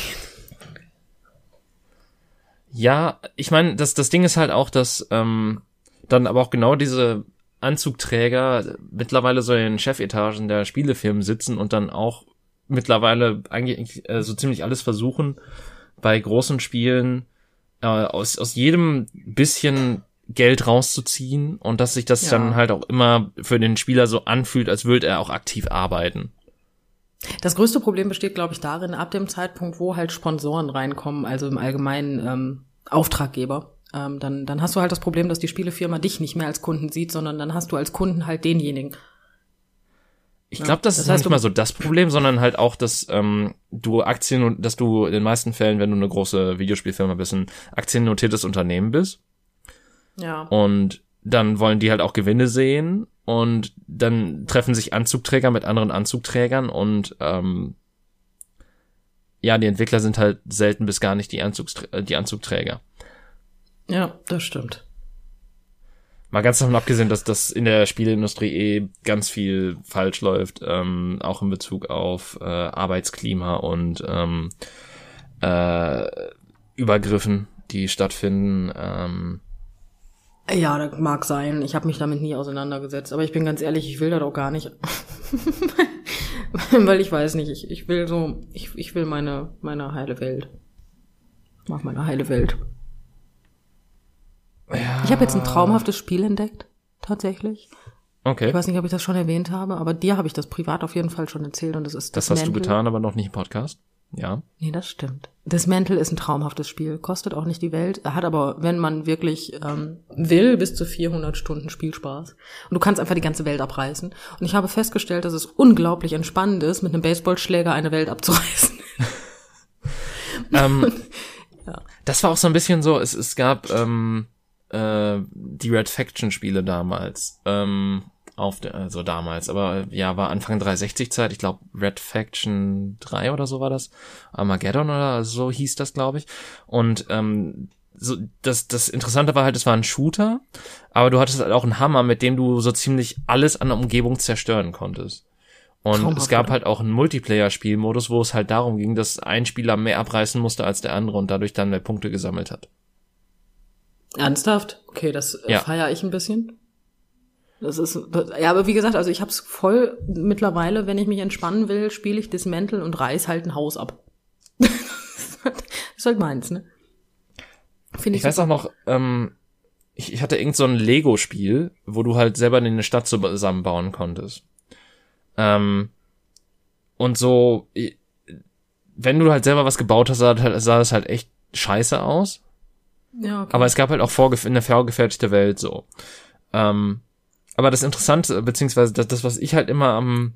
Ja, ich meine, das, das Ding ist halt auch, dass ähm, dann aber auch genau diese Anzugträger mittlerweile so in Chefetagen der Spielefirmen sitzen und dann auch mittlerweile eigentlich äh, so ziemlich alles versuchen, bei großen Spielen äh, aus aus jedem bisschen Geld rauszuziehen und dass sich das ja. dann halt auch immer für den Spieler so anfühlt, als würde er auch aktiv arbeiten. Das größte Problem besteht, glaube ich, darin, ab dem Zeitpunkt, wo halt Sponsoren reinkommen, also im Allgemeinen ähm, Auftraggeber, Ähm, dann, dann hast du halt das Problem, dass die Spielefirma dich nicht mehr als Kunden sieht, sondern dann hast du als Kunden halt denjenigen. Ich glaube, das, das ist heißt, nicht mal so das Problem, sondern halt auch, dass ähm, du Aktien, dass du in den meisten Fällen, wenn du eine große Videospielfirma bist, ein aktiennotiertes Unternehmen bist. Ja. Und dann wollen die halt auch Gewinne sehen und dann treffen sich Anzugträger mit anderen Anzugträgern und ähm, ja, die Entwickler sind halt selten bis gar nicht die, Anzugsträ- die Anzugträger. Ja, das stimmt. Mal ganz davon abgesehen, dass das in der Spieleindustrie eh ganz viel falsch läuft, ähm, auch in Bezug auf äh, Arbeitsklima und ähm, äh, Übergriffen, die stattfinden. Ähm. Ja, das mag sein. Ich habe mich damit nie auseinandergesetzt. Aber ich bin ganz ehrlich, ich will das auch gar nicht. Weil ich weiß nicht, ich, ich will so, ich, ich will meine, meine heile Welt. Ich mag meine heile Welt. Ja. Ich habe jetzt ein traumhaftes Spiel entdeckt, tatsächlich. Okay. Ich weiß nicht, ob ich das schon erwähnt habe, aber dir habe ich das privat auf jeden Fall schon erzählt und das ist das. Das hast du getan, aber noch nicht im Podcast. Ja. Nee, das stimmt. Dismantle ist ein traumhaftes Spiel, kostet auch nicht die Welt, hat aber, wenn man wirklich ähm, will, bis zu vierhundert Stunden Spielspaß. Und du kannst einfach die ganze Welt abreißen. Und ich habe festgestellt, dass es unglaublich entspannend ist, mit einem Baseballschläger eine Welt abzureißen. ähm, ja. Das war auch so ein bisschen so, es, es gab ähm, die Red Faction Spiele damals, ähm, auf der, also damals, aber ja, war Anfang dreihundertsechzig Zeit, ich glaube Red Faction drei oder so war das, Armageddon oder so hieß das, glaube ich, und ähm, so das das Interessante war halt, es war ein Shooter, aber du hattest halt auch einen Hammer, mit dem du so ziemlich alles an der Umgebung zerstören konntest. Und Traumhaft, es gab oder? halt auch einen Multiplayer-Spielmodus, wo es halt darum ging, dass ein Spieler mehr abreißen musste als der andere und dadurch dann mehr Punkte gesammelt hat. Ernsthaft? Okay, das ja. feiere ich ein bisschen. Das ist, ja, aber wie gesagt, also ich hab's voll mittlerweile, wenn ich mich entspannen will, spiele ich Dismantle und reiß halt ein Haus ab. Das ist halt meins, ne? Find ich ich weiß super. auch noch, ähm, ich, ich hatte irgend so ein Lego-Spiel, wo du halt selber eine Stadt zusammenbauen konntest. Ähm, und so, wenn du halt selber was gebaut hast, sah, sah das halt echt scheiße aus. Ja, okay. Aber es gab halt auch vorgef- eine vorgefertigte Welt so. Ähm, aber das Interessante, beziehungsweise das, das, was ich halt immer am...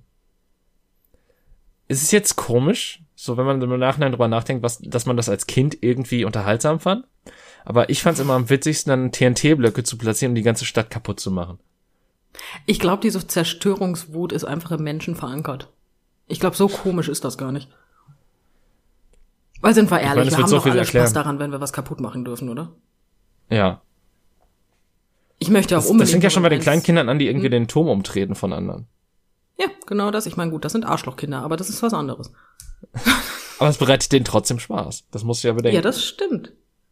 Es ist jetzt komisch, so wenn man im Nachhinein drüber nachdenkt, was, dass man das als Kind irgendwie unterhaltsam fand. Aber ich fand es immer am witzigsten, dann T N T-Blöcke zu platzieren und die ganze Stadt kaputt zu machen. Ich glaube, diese Zerstörungswut ist einfach im Menschen verankert. Ich glaube, so komisch ist das gar nicht. Weil sind wir ehrlich, ich meine, wir haben so doch alle erklären. Spaß daran, wenn wir was kaputt machen dürfen, oder? Ja. Ich möchte auch das, unbedingt... Das fängt ja schon bei den kleinen Kindern an, die irgendwie hm? den Turm umtreten von anderen. Ja, genau das. Ich meine, gut, das sind Arschlochkinder, aber das ist was anderes. Aber es bereitet denen trotzdem Spaß. Das musst du ja bedenken. Ja, das stimmt.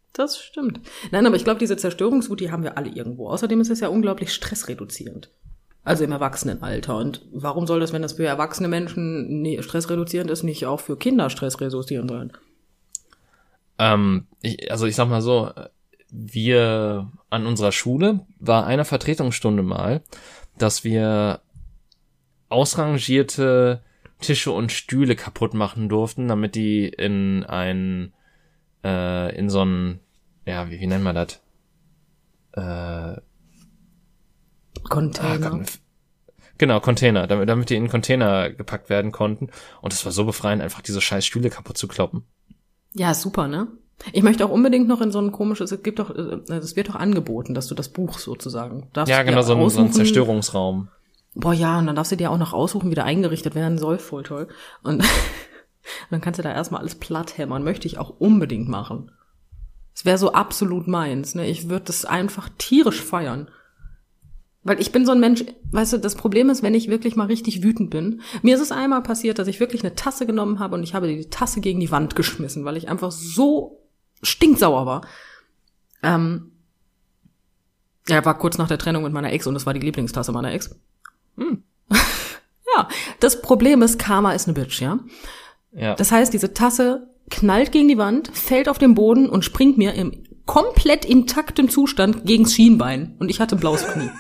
Das stimmt. Nein, aber ich glaube, diese Zerstörungswut, die haben wir alle irgendwo. Außerdem ist es ja unglaublich stressreduzierend. Also im Erwachsenenalter. Und warum soll das, wenn das für erwachsene Menschen stressreduzierend ist, nicht auch für Kinder stressreduzierend sein? Ähm, ich, also ich sag mal so, wir an unserer Schule war eine Vertretungsstunde mal, dass wir ausrangierte Tische und Stühle kaputt machen durften, damit die in ein, äh, in so ein, ja, wie, wie nennen wir das? Äh, Container. Ah, genau, Container, damit, damit die in Container gepackt werden konnten. Und es war so befreiend, einfach diese scheiß Stühle kaputt zu kloppen. Ja, super, ne? Ich möchte auch unbedingt noch in so ein komisches, es gibt doch, es wird doch angeboten, dass du das Buch sozusagen darfst. Ja, genau, so ein, so ein Zerstörungsraum. Boah, ja, und dann darfst du dir auch noch aussuchen, wie der eingerichtet werden soll, voll toll. Und dann kannst du da erstmal alles platt hämmern, möchte ich auch unbedingt machen. Es wäre so absolut meins, ne? Ich würde das einfach tierisch feiern. Weil ich bin so ein Mensch, weißt du, das Problem ist, wenn ich wirklich mal richtig wütend bin. Mir ist es einmal passiert, dass ich wirklich eine Tasse genommen habe und ich habe die Tasse gegen die Wand geschmissen, weil ich einfach so stinksauer war. Ähm, ja, war kurz nach der Trennung mit meiner Ex und das war die Lieblingstasse meiner Ex. Hm. Ja, das Problem ist, Karma ist eine Bitch, ja? Ja. Das heißt, diese Tasse knallt gegen die Wand, fällt auf den Boden und springt mir im komplett intakten Zustand gegens Schienbein. Und ich hatte blaues Knie.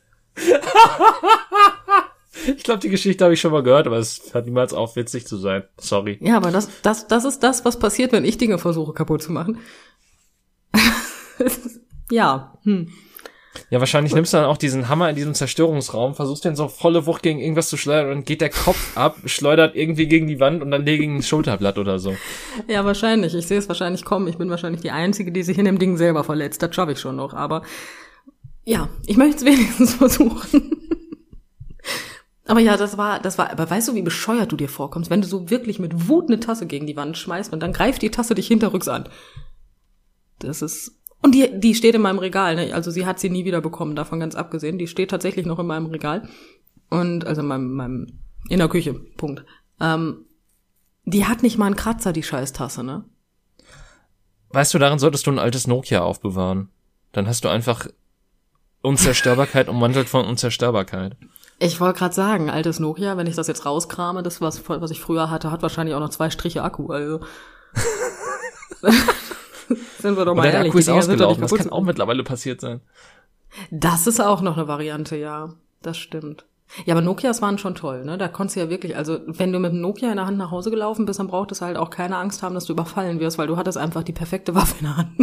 Ich glaube, die Geschichte habe ich schon mal gehört, aber es hat niemals auf, witzig zu sein. Sorry. Ja, aber das, das, das ist das, was passiert, wenn ich Dinge versuche kaputt zu machen. Ja. Hm. Ja, wahrscheinlich Gut. nimmst du dann auch diesen Hammer in diesem Zerstörungsraum, versuchst den so volle Wucht gegen irgendwas zu schleudern und dann geht der Kopf ab, schleudert irgendwie gegen die Wand und dann gegen ein Schulterblatt oder so. Ja, wahrscheinlich. Ich sehe es wahrscheinlich kommen. Ich bin wahrscheinlich die Einzige, die sich in dem Ding selber verletzt. Das schaffe ich schon noch. Aber ja, ich möchte es wenigstens versuchen. Aber ja, das war, das war, aber weißt du, wie bescheuert du dir vorkommst, wenn du so wirklich mit Wut eine Tasse gegen die Wand schmeißt und dann greift die Tasse dich hinterrücks an. Das ist, und die, die steht in meinem Regal, ne? Also sie hat sie nie wieder bekommen, davon ganz abgesehen. Die steht tatsächlich noch in meinem Regal. Und, also in meinem, meinem, in der Küche, Punkt. Ähm, die hat nicht mal einen Kratzer, die Scheißtasse, ne? Weißt du, darin solltest du ein altes Nokia aufbewahren. Dann hast du einfach Unzerstörbarkeit umwandelt von Unzerstörbarkeit. Ich wollte gerade sagen, altes Nokia, wenn ich das jetzt rauskrame, das, was, was ich früher hatte, hat wahrscheinlich auch noch zwei Striche Akku, also. Sind wir doch mal Oder der ehrlich. Akku ist ausgelaufen, das kann auch mittlerweile passiert sein. Das ist auch noch eine Variante, ja. Das stimmt. Ja, aber Nokias waren schon toll, ne? Da konntest du ja wirklich, also wenn du mit einem Nokia in der Hand nach Hause gelaufen bist, dann brauchtest du halt auch keine Angst haben, dass du überfallen wirst, weil du hattest einfach die perfekte Waffe in der Hand.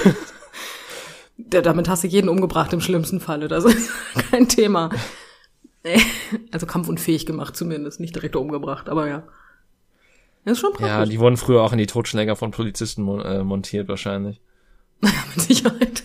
Damit hast du jeden umgebracht im schlimmsten Falle, das ist kein Thema. Also kampfunfähig gemacht zumindest, nicht direkt umgebracht, aber ja. Das ist schon praktisch. Ja, die wurden früher auch in die Totschläger von Polizisten mon- äh, montiert wahrscheinlich. Ja, mit Sicherheit.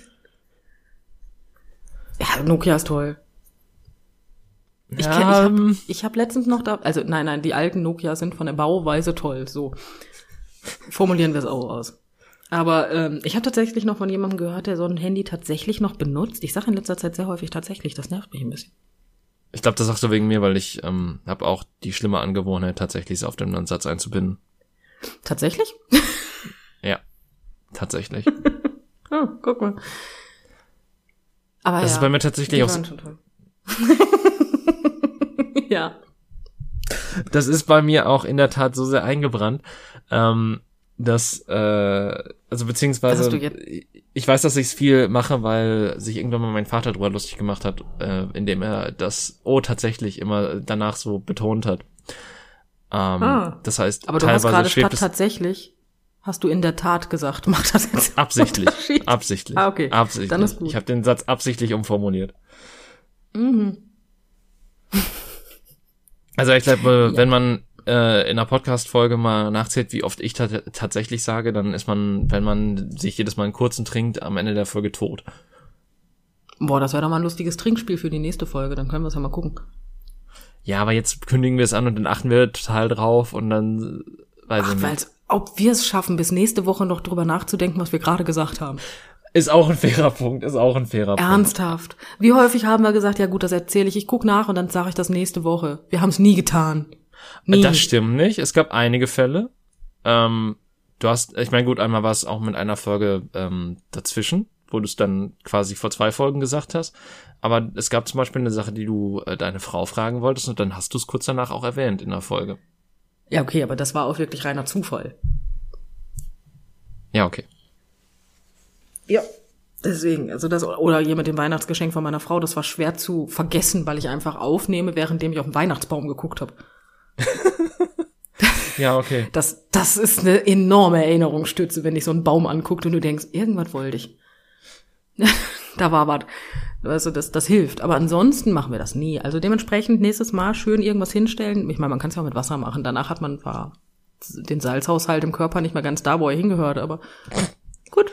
Ja, Nokia ist toll. Ich, ja, kenn, ich habe ich hab letztens noch da, also nein, nein, die alten Nokia sind von der Bauweise toll, so formulieren wir es auch aus. Aber ähm, ich habe tatsächlich noch von jemandem gehört, der so ein Handy tatsächlich noch benutzt. Ich sage in letzter Zeit sehr häufig tatsächlich, das nervt mich ein bisschen. Ich glaube, das sagst du wegen mir, weil ich ähm, habe auch die schlimme Angewohnheit, tatsächlich es auf den Satz einzubinden. Tatsächlich? Ja, tatsächlich. Oh, guck mal. Aber das ja, ist bei mir tatsächlich auch so. Ja. Das ist bei mir auch in der Tat so sehr eingebrannt, ähm, dass, äh, also beziehungsweise, ich weiß, dass ich es viel mache, weil sich irgendwann mal mein Vater drüber lustig gemacht hat, äh, indem er das O tatsächlich immer danach so betont hat. Ähm, ah. Das heißt, aber du teilweise hast gerade schwebt statt es tatsächlich, hast du in der Tat gesagt, mach das jetzt. Absichtlich, absichtlich. Ah, okay. Absichtlich. Dann ist gut. Ich habe den Satz absichtlich umformuliert. Mhm. Also ich glaube, Ja. wenn man äh, in einer Podcast-Folge mal nachzählt, wie oft ich ta- tatsächlich sage, dann ist man, wenn man sich jedes Mal einen kurzen trinkt, am Ende der Folge tot. Boah, das wäre doch mal ein lustiges Trinkspiel für die nächste Folge, dann können wir es ja mal gucken. Ja, aber jetzt kündigen wir es an und dann achten wir total drauf und dann weiß Ach, ich weil nicht. ob wir es schaffen, bis nächste Woche noch drüber nachzudenken, was wir gerade gesagt haben. Ist auch ein fairer Punkt, ist auch ein fairer Punkt. Ernsthaft. Wie häufig haben wir gesagt, ja gut, das erzähle ich, ich guck nach und dann sage ich das nächste Woche. Wir haben es nie getan. Nie. Das stimmt nicht. Es gab einige Fälle. Ähm, du hast, ich meine, gut, einmal war es auch mit einer Folge ähm, dazwischen, wo du es dann quasi vor zwei Folgen gesagt hast. Aber es gab zum Beispiel eine Sache, die du äh, deine Frau fragen wolltest und dann hast du es kurz danach auch erwähnt in der Folge. Ja, okay, aber das war auch wirklich reiner Zufall. Ja, okay. Ja, deswegen, also das, oder hier mit dem Weihnachtsgeschenk von meiner Frau, das war schwer zu vergessen, weil ich einfach aufnehme, währenddem ich auf den Weihnachtsbaum geguckt habe. Ja, okay. Das, das ist eine enorme Erinnerungsstütze, wenn dich so einen Baum anguckt und du denkst, irgendwas wollte ich. Da war was. Also das, das hilft. Aber ansonsten machen wir das nie. Also dementsprechend nächstes Mal schön irgendwas hinstellen. Ich meine, man kann es ja auch mit Wasser machen. Danach hat man war den Salzhaushalt im Körper nicht mehr ganz da, wo er hingehört. Aber gut.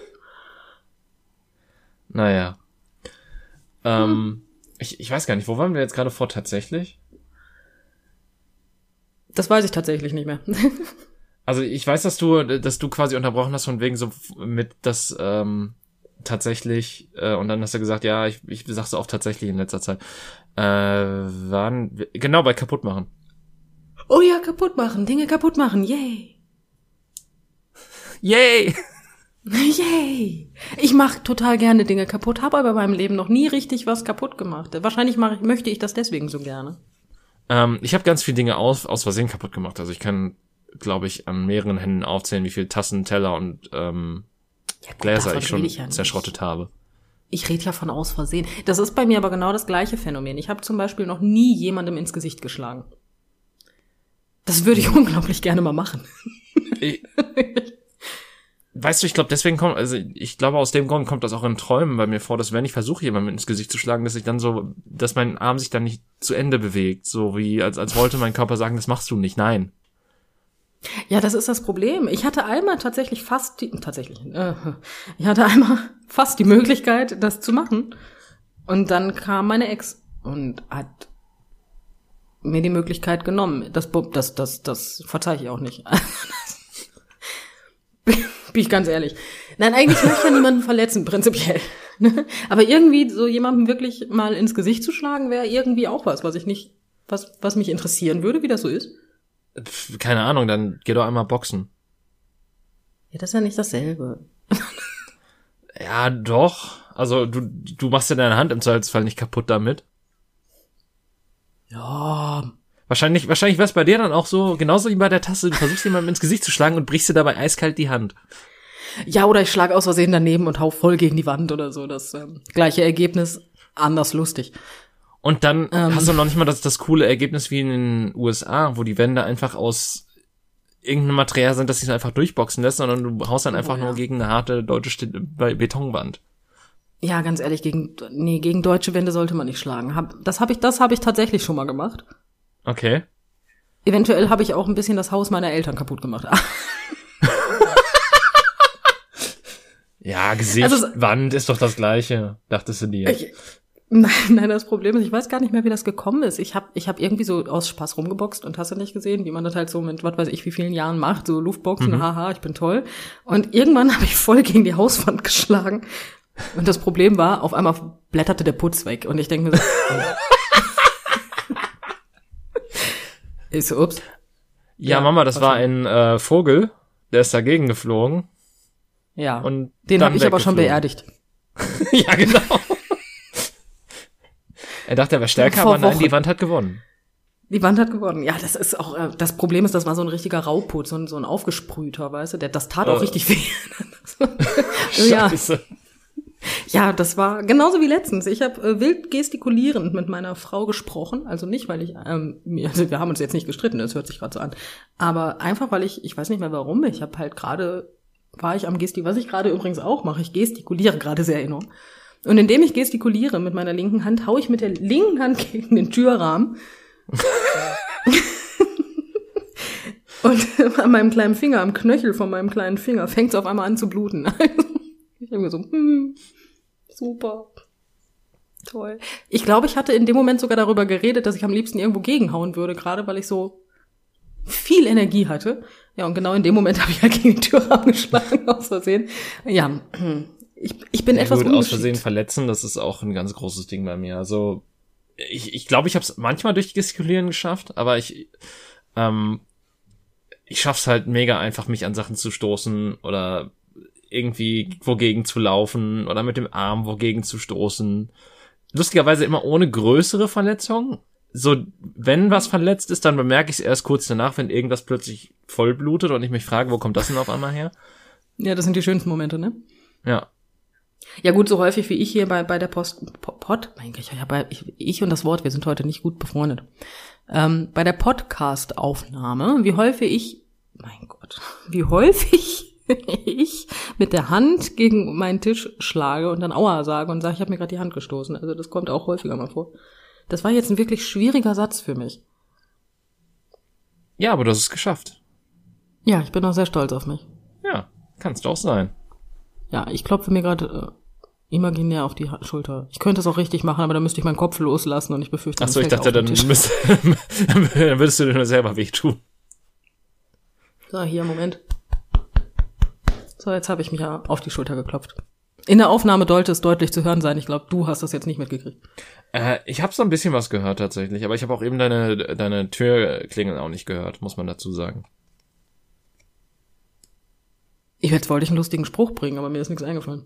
Naja. Ähm, hm. ich, ich weiß gar nicht, wo waren wir jetzt gerade vor tatsächlich? Das weiß ich tatsächlich nicht mehr. Also ich weiß, dass du, dass du quasi unterbrochen hast von wegen so mit das ähm, tatsächlich äh, und dann hast du gesagt, ja, ich, ich sag's so oft tatsächlich in letzter Zeit. Äh, waren genau bei kaputt machen. Oh ja, kaputt machen, Dinge kaputt machen, yay. Yay. Yay! Ich mache total gerne Dinge kaputt, habe aber in meinem Leben noch nie richtig was kaputt gemacht. Wahrscheinlich mache ich, möchte ich das deswegen so gerne. Ähm, ich habe ganz viele Dinge aus, aus Versehen kaputt gemacht. Also ich kann, glaube ich, an mehreren Händen aufzählen, wie viele Tassen, Teller und ähm, ja, gut, Gläser ich schon ich ja zerschrottet habe. Ich rede ja von aus Versehen. Das ist bei mir aber genau das gleiche Phänomen. Ich habe zum Beispiel noch nie jemandem ins Gesicht geschlagen. Das würde ich unglaublich gerne mal machen. Ich Weißt du, ich glaube, deswegen kommt, also ich glaube, aus dem Grund kommt das auch in Träumen bei mir vor, dass wenn ich versuche, jemandem ins Gesicht zu schlagen, dass ich dann so, dass mein Arm sich dann nicht zu Ende bewegt, so wie, als, als wollte mein Körper sagen, das machst du nicht, nein. Ja, das ist das Problem. Ich hatte einmal tatsächlich fast die, tatsächlich, äh, ich hatte einmal fast die Möglichkeit, das zu machen. Und dann kam meine Ex und hat mir die Möglichkeit genommen. Das, das, das, das verzeihe ich auch nicht. Bin ich ganz ehrlich. Nein, eigentlich möchte ich ja niemanden verletzen, prinzipiell. Aber irgendwie so jemandem wirklich mal ins Gesicht zu schlagen, wäre irgendwie auch was, was ich nicht, was, was mich interessieren würde, wie das so ist. Keine Ahnung, dann geh doch einmal boxen. Ja, das ist ja nicht dasselbe. Ja, doch. Also du, du machst ja deine Hand im Zweifelsfall nicht kaputt damit. Ja. Wahrscheinlich, wahrscheinlich wäre es bei dir dann auch so, genauso wie bei der Tasse, du versuchst jemandem ins Gesicht zu schlagen und brichst dir dabei eiskalt die Hand. Ja, oder ich schlage aus Versehen daneben und hau voll gegen die Wand oder so. Das ähm, gleiche Ergebnis, anders lustig. Und dann ähm, hast du noch nicht mal das, das coole Ergebnis wie in den U S A, wo die Wände einfach aus irgendeinem Material sind, das sich einfach durchboxen lässt, sondern du haust dann einfach oh, ja. nur gegen eine harte deutsche Betonwand. Ja, ganz ehrlich, gegen nee, gegen deutsche Wände sollte man nicht schlagen. Hab, das habe ich, das habe ich tatsächlich schon mal gemacht. Okay. Eventuell habe ich auch ein bisschen das Haus meiner Eltern kaputt gemacht. Ja, Gesicht, also, Wand ist doch das Gleiche, dachtest du dir. Ich, nein, nein, das Problem ist, ich weiß gar nicht mehr, wie das gekommen ist. Ich habe ich hab irgendwie so aus Spaß rumgeboxt und hast du nicht gesehen, wie man das halt so mit, was weiß ich, wie vielen Jahren macht, so Luftboxen, mhm. haha, ich bin toll. Und irgendwann habe ich voll gegen die Hauswand geschlagen. Und das Problem war, auf einmal blätterte der Putz weg. Und ich denke mir so, ich so, ups. Ja, ja, Mama, das war ein äh, Vogel, der ist dagegen geflogen. Ja, und den habe ich aber schon beerdigt. Ja, genau. Er dachte, er wäre stärker, aber nein, die Wand hat gewonnen. Die Wand hat gewonnen. Ja, das ist auch, äh, das Problem ist, das war so ein richtiger Rauputz, so ein, so ein aufgesprühter, weißt du, der, das tat auch äh. richtig weh. Scheiße. Ja. Ja, das war genauso wie letztens. Ich habe äh, wild gestikulierend mit meiner Frau gesprochen. Also nicht, weil ich, ähm, also wir haben uns jetzt nicht gestritten, das hört sich gerade so an. Aber einfach, weil ich, ich weiß nicht mehr warum, ich habe halt gerade, war ich am Gesti, was ich gerade übrigens auch mache, ich gestikuliere gerade sehr enorm. Und indem ich gestikuliere mit meiner linken Hand, hau ich mit der linken Hand gegen den Türrahmen. Und an meinem kleinen Finger, am Knöchel von meinem kleinen Finger, fängt es auf einmal an zu bluten. Ich habe mir so, hm, super, toll. Ich glaube, ich hatte in dem Moment sogar darüber geredet, dass ich am liebsten irgendwo gegenhauen würde, gerade weil ich so viel Energie hatte. Ja, und genau in dem Moment habe ich halt gegen die Türrahmen geschlagen, aus Versehen. Ja, ich, ich bin ja, etwas gut, ungeschickt. Aus Versehen verletzen, das ist auch ein ganz großes Ding bei mir. Also ich ich, glaube, ich habe es manchmal durch Gestikulieren geschafft, aber ich ähm, ich schaff's halt mega einfach, mich an Sachen zu stoßen oder irgendwie wogegen zu laufen oder mit dem Arm wogegen zu stoßen. Lustigerweise immer ohne größere Verletzungen. So, wenn was verletzt ist, dann bemerke ich es erst kurz danach, wenn irgendwas plötzlich voll blutet und ich mich frage, wo kommt das denn auf einmal her? Ja, das sind die schönsten Momente, ne? Ja. Ja gut, so häufig wie ich hier bei bei der Post Pod, mein Gott, ja, bei, ich, ich und das Wort, wir sind heute nicht gut befreundet. Ähm, bei der Podcast-Aufnahme, wie häufig ich, mein Gott, wie häufig ich mit der Hand gegen meinen Tisch schlage und dann Aua sage und sage, ich habe mir gerade die Hand gestoßen. Also das kommt auch häufiger mal vor. Das war jetzt ein wirklich schwieriger Satz für mich. Ja, aber du hast es geschafft. Ja, ich bin auch sehr stolz auf mich. Ja, kannst du auch sein. Ja, ich klopfe mir gerade äh, imaginär auf die ha- Schulter. Ich könnte es auch richtig machen, aber dann müsste ich meinen Kopf loslassen und ich befürchte, Ach so, ich dachte, dann, müsst, dann würdest du dir nur selber wehtun. So, hier, Moment. So, jetzt habe ich mich ja auf die Schulter geklopft. In der Aufnahme sollte es deutlich zu hören sein. Ich glaube, du hast das jetzt nicht mitgekriegt. Äh, ich habe so ein bisschen was gehört tatsächlich, aber ich habe auch eben deine deine Türklingeln auch nicht gehört, muss man dazu sagen. Ich jetzt wollte ich einen lustigen Spruch bringen, aber mir ist nichts eingefallen.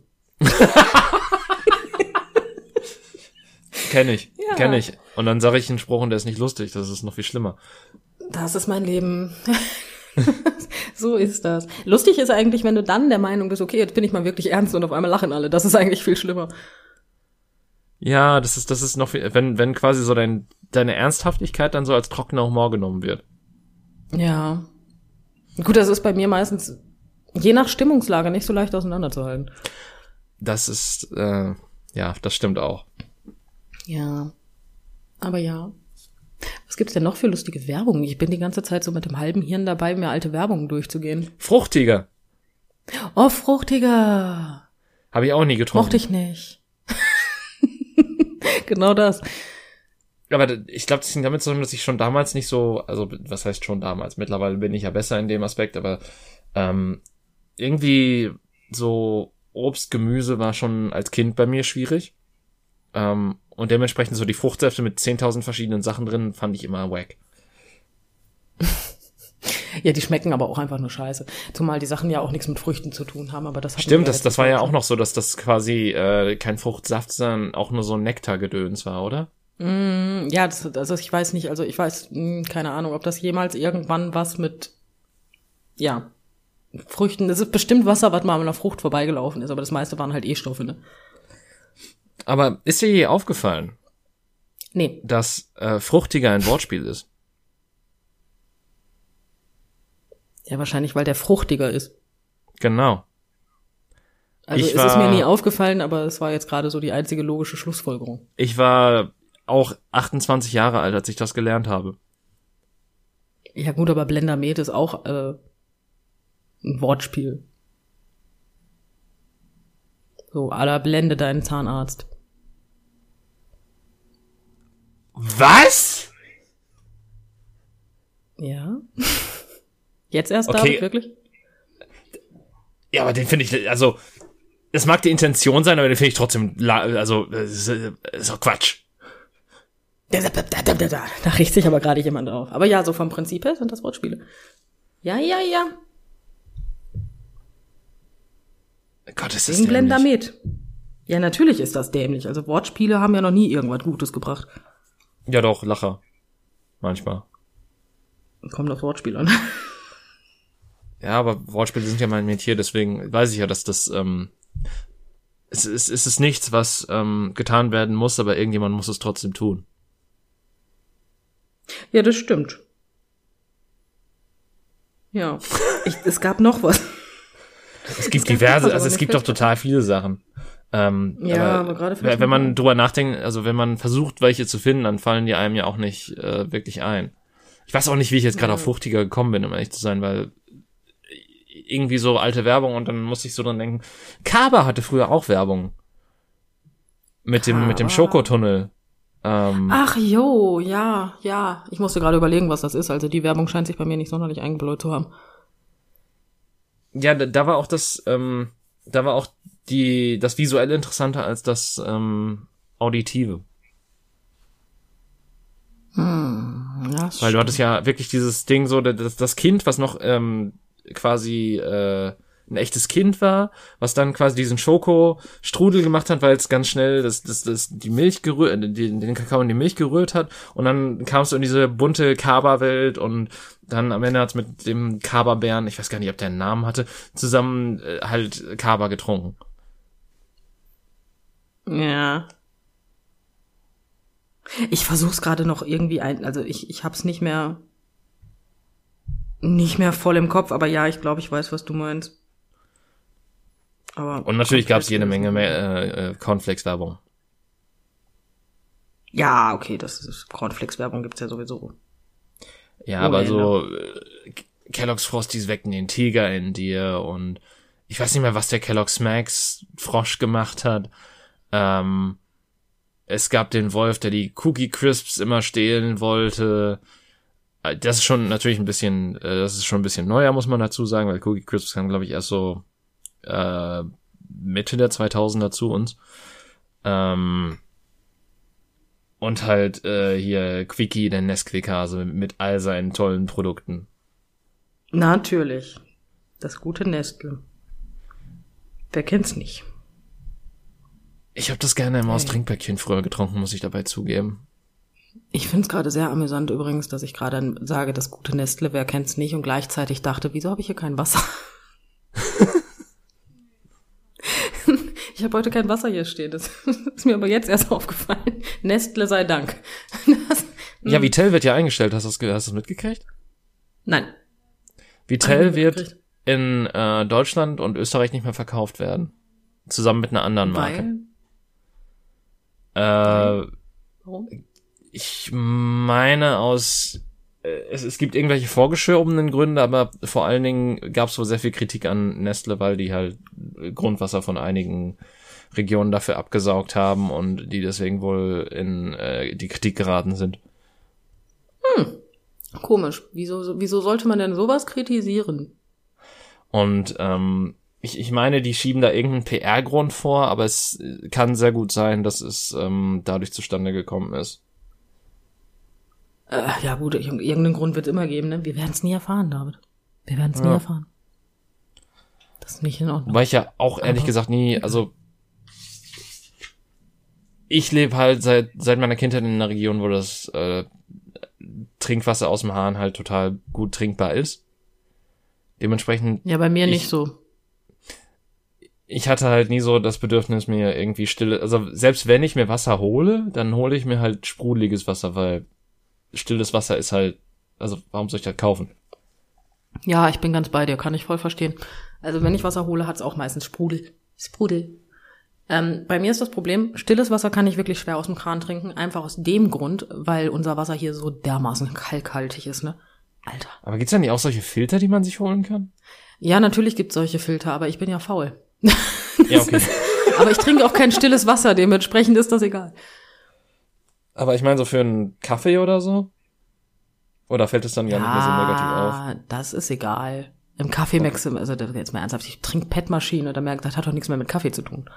Kenn ich, Ja. kenn ich. Und dann sage ich einen Spruch und der ist nicht lustig, das ist noch viel schlimmer. Das ist mein Leben. So ist das. Lustig ist eigentlich, wenn du dann der Meinung bist, okay, jetzt bin ich mal wirklich ernst und auf einmal lachen alle. Das ist eigentlich viel schlimmer. Ja, das ist das ist noch viel, wenn wenn quasi so dein deine Ernsthaftigkeit dann so als trockener Humor genommen wird. Ja. Gut, das ist bei mir meistens je nach Stimmungslage nicht so leicht auseinanderzuhalten. Das ist äh, ja, das stimmt auch. Ja. Aber ja. Was gibt's denn noch für lustige Werbung? Ich bin die ganze Zeit so mit dem halben Hirn dabei, mir alte Werbungen durchzugehen. Fruchtiger. Oh, Fruchtiger. Habe ich auch nie getrunken. Mochte ich nicht. Genau das. Aber ich glaube, das hängt damit zusammen, dass ich schon damals nicht so, also was heißt schon damals? Mittlerweile bin ich ja besser in dem Aspekt, aber ähm, irgendwie so Obst, Gemüse war schon als Kind bei mir schwierig. Ähm, und dementsprechend so die Fruchtsäfte mit zehntausend verschiedenen Sachen drin fand ich immer wack. Ja, die schmecken aber auch einfach nur scheiße. Zumal die Sachen ja auch nichts mit Früchten zu tun haben, aber das hat Stimmt, das, das war ja auch noch so, dass das quasi äh, kein Fruchtsaft, sondern auch nur so ein Nektargedöns war, oder? Mm, ja, das, also ich weiß nicht, also ich weiß, mh, keine Ahnung, ob das jemals irgendwann was mit, ja, Früchten, das ist bestimmt Wasser, was mal an einer Frucht vorbeigelaufen ist, aber das meiste waren halt E-Stoffe, ne? Aber ist dir je aufgefallen, Nee. dass äh, fruchtiger ein Wortspiel ist? Ja, wahrscheinlich, weil der fruchtiger ist. Genau. Also Ich es ist mir war- nie aufgefallen, aber es war jetzt gerade so die einzige logische Schlussfolgerung. Ich war auch achtundzwanzig Jahre alt, als ich das gelernt habe. Ja gut, aber Blendermet ist auch äh, ein Wortspiel. So, à la blende deinen Zahnarzt. Was? Ja. Jetzt erst, Okay. David, wirklich? Ja, aber den finde ich, also, es mag die Intention sein, aber den finde ich trotzdem, la- also, das ist, äh, ist doch Quatsch. Da riecht sich aber gerade jemand auf. Aber ja, so vom Prinzip her sind das Wortspiele. Ja, ja, ja. Gott, ist das Wegen dämlich. Blendermet. Ja, natürlich ist das dämlich. Also Wortspiele haben ja noch nie irgendwas Gutes gebracht. Ja doch, Lacher. Manchmal. Kommt auf Wortspiel an. Ja, aber Wortspiele sind ja mein Metier, deswegen weiß ich ja, dass das, ähm, es, es, es ist nichts, was ähm, getan werden muss, aber irgendjemand muss es trotzdem tun. Ja, das stimmt. Ja. Ich, es gab noch was. Es gibt gab diverse, was, aber also es mir gibt doch fällt- total viele Sachen. Ähm, Ja, aber gerade fällt wenn mir man ein. drüber nachdenkt, also wenn man versucht, welche zu finden, dann fallen die einem ja auch nicht äh, wirklich ein. Ich weiß auch nicht, wie ich jetzt gerade Ja. auf fruchtiger gekommen bin, um ehrlich zu sein, weil irgendwie so alte Werbung und dann musste ich so dran denken. Kaba hatte früher auch Werbung. Mit dem, mit dem Kaba. Schokotunnel. Ähm, Ach jo, ja, ja. Ich musste gerade überlegen, was das ist. Also die Werbung scheint sich bei mir nicht sonderlich eingebläut zu haben. Ja, da, da war auch das, ähm, da war auch die, das Visuelle interessanter als das ähm, Auditive. Hm, Ja, Weil du hattest ja wirklich dieses Ding so, das, das Kind, was noch ähm, quasi äh, ein echtes Kind war, was dann quasi diesen Schokostrudel gemacht hat, weil es ganz schnell das, das, das die Milch gerührt, den, den Kakao in die Milch gerührt hat und dann kamst du in diese bunte Kaba-Welt und dann am Ende hat's mit dem Kaba-Bären, ich weiß gar nicht, ob der einen Namen hatte, zusammen äh, halt Kaba getrunken. Ja. Ich versuch's gerade noch irgendwie ein, also ich, ich hab's nicht mehr, nicht mehr voll im Kopf, aber ja, ich glaube, ich weiß, was du meinst. Aber und natürlich gab's jede Menge mehr äh, Cornflakes-Werbung. Ja, okay, das ist Cornflakes-Werbung gibt's ja sowieso. Ja, aber so äh, Kellogg's Frosties wecken den Tiger in dir und ich weiß nicht mehr, was der Kellogg's Max Frosch gemacht hat. Ähm, es gab den Wolf, der die Cookie Crisps immer stehlen wollte. Das ist schon natürlich ein bisschen, äh, das ist schon ein bisschen neuer, muss man dazu sagen, weil Cookie Crisps kamen, glaube ich, erst so äh, Mitte der zweitausender zu uns. Ähm, und halt äh, hier Quickie, der Nesquik-Hase mit all seinen tollen Produkten. Natürlich. Das gute Nestle. Wer kennt's nicht? Ich habe das gerne immer aus Hey. Trinkpäckchen früher getrunken, muss ich dabei zugeben. Ich find's gerade sehr amüsant übrigens, dass ich gerade sage, das gute Nestle, wer kennt's nicht, und gleichzeitig dachte, wieso habe ich hier kein Wasser? Ich habe heute kein Wasser hier stehen, das ist mir aber jetzt erst aufgefallen. Nestle sei Dank. Das, Ja, Vitell wird ja eingestellt, hast du das, hast du das mitgekriegt? Nein. Vitell Hab ich wird mitgekriegt. in äh, Deutschland und Österreich nicht mehr verkauft werden. Zusammen mit einer anderen Marke. Weil? Äh, Warum? ich meine aus, äh, es, es gibt irgendwelche vorgeschobenen Gründe, aber vor allen Dingen gab es wohl sehr viel Kritik an Nestle, weil die halt Grundwasser von einigen Regionen dafür abgesaugt haben und die deswegen wohl in äh, die Kritik geraten sind. Komisch. Wieso, wieso sollte man denn sowas kritisieren? Und ähm, ich, ich meine, die schieben da irgendeinen P R-Grund vor, aber es kann sehr gut sein, dass es ähm, dadurch zustande gekommen ist. Äh, ja gut, ir- irgendeinen Grund wird es immer geben, ne? Wir werden es nie erfahren, David. Wir werden es nie Ja. erfahren. Das ist nicht in Ordnung. Wobei ich ja auch ehrlich Aber- gesagt nie, also ich lebe halt seit seit meiner Kindheit in einer Region, wo das äh, Trinkwasser aus dem Hahn halt total gut trinkbar ist. Dementsprechend, Ja, bei mir Ich- nicht so. ich hatte halt nie so das Bedürfnis, mir irgendwie stille, also selbst wenn ich mir Wasser hole, dann hole ich mir halt sprudeliges Wasser, weil stilles Wasser ist halt, also warum soll ich das kaufen? Ja, ich bin ganz bei dir, kann ich voll verstehen. Also wenn ich Wasser hole, hat's auch meistens Sprudel. Sprudel. Ähm, bei mir ist das Problem, stilles Wasser kann ich wirklich schwer aus dem Kran trinken, einfach aus dem Grund, weil unser Wasser hier so dermaßen kalkhaltig ist, ne? Alter. Aber gibt's da nicht auch solche Filter, die man sich holen kann? Ja, natürlich gibt's solche Filter, aber ich bin ja faul. Ja, okay. Aber ich trinke auch kein stilles Wasser, dementsprechend ist das egal. Aber ich meine so für einen Kaffee oder so? Oder fällt es dann gar nicht mehr so negativ auf? Ja, das ist egal. Im Kaffee merkst du, also das- jetzt mal ernsthaft, ich trinke P E T-Maschine, da merkt, das hat doch nichts mehr mit Kaffee zu tun.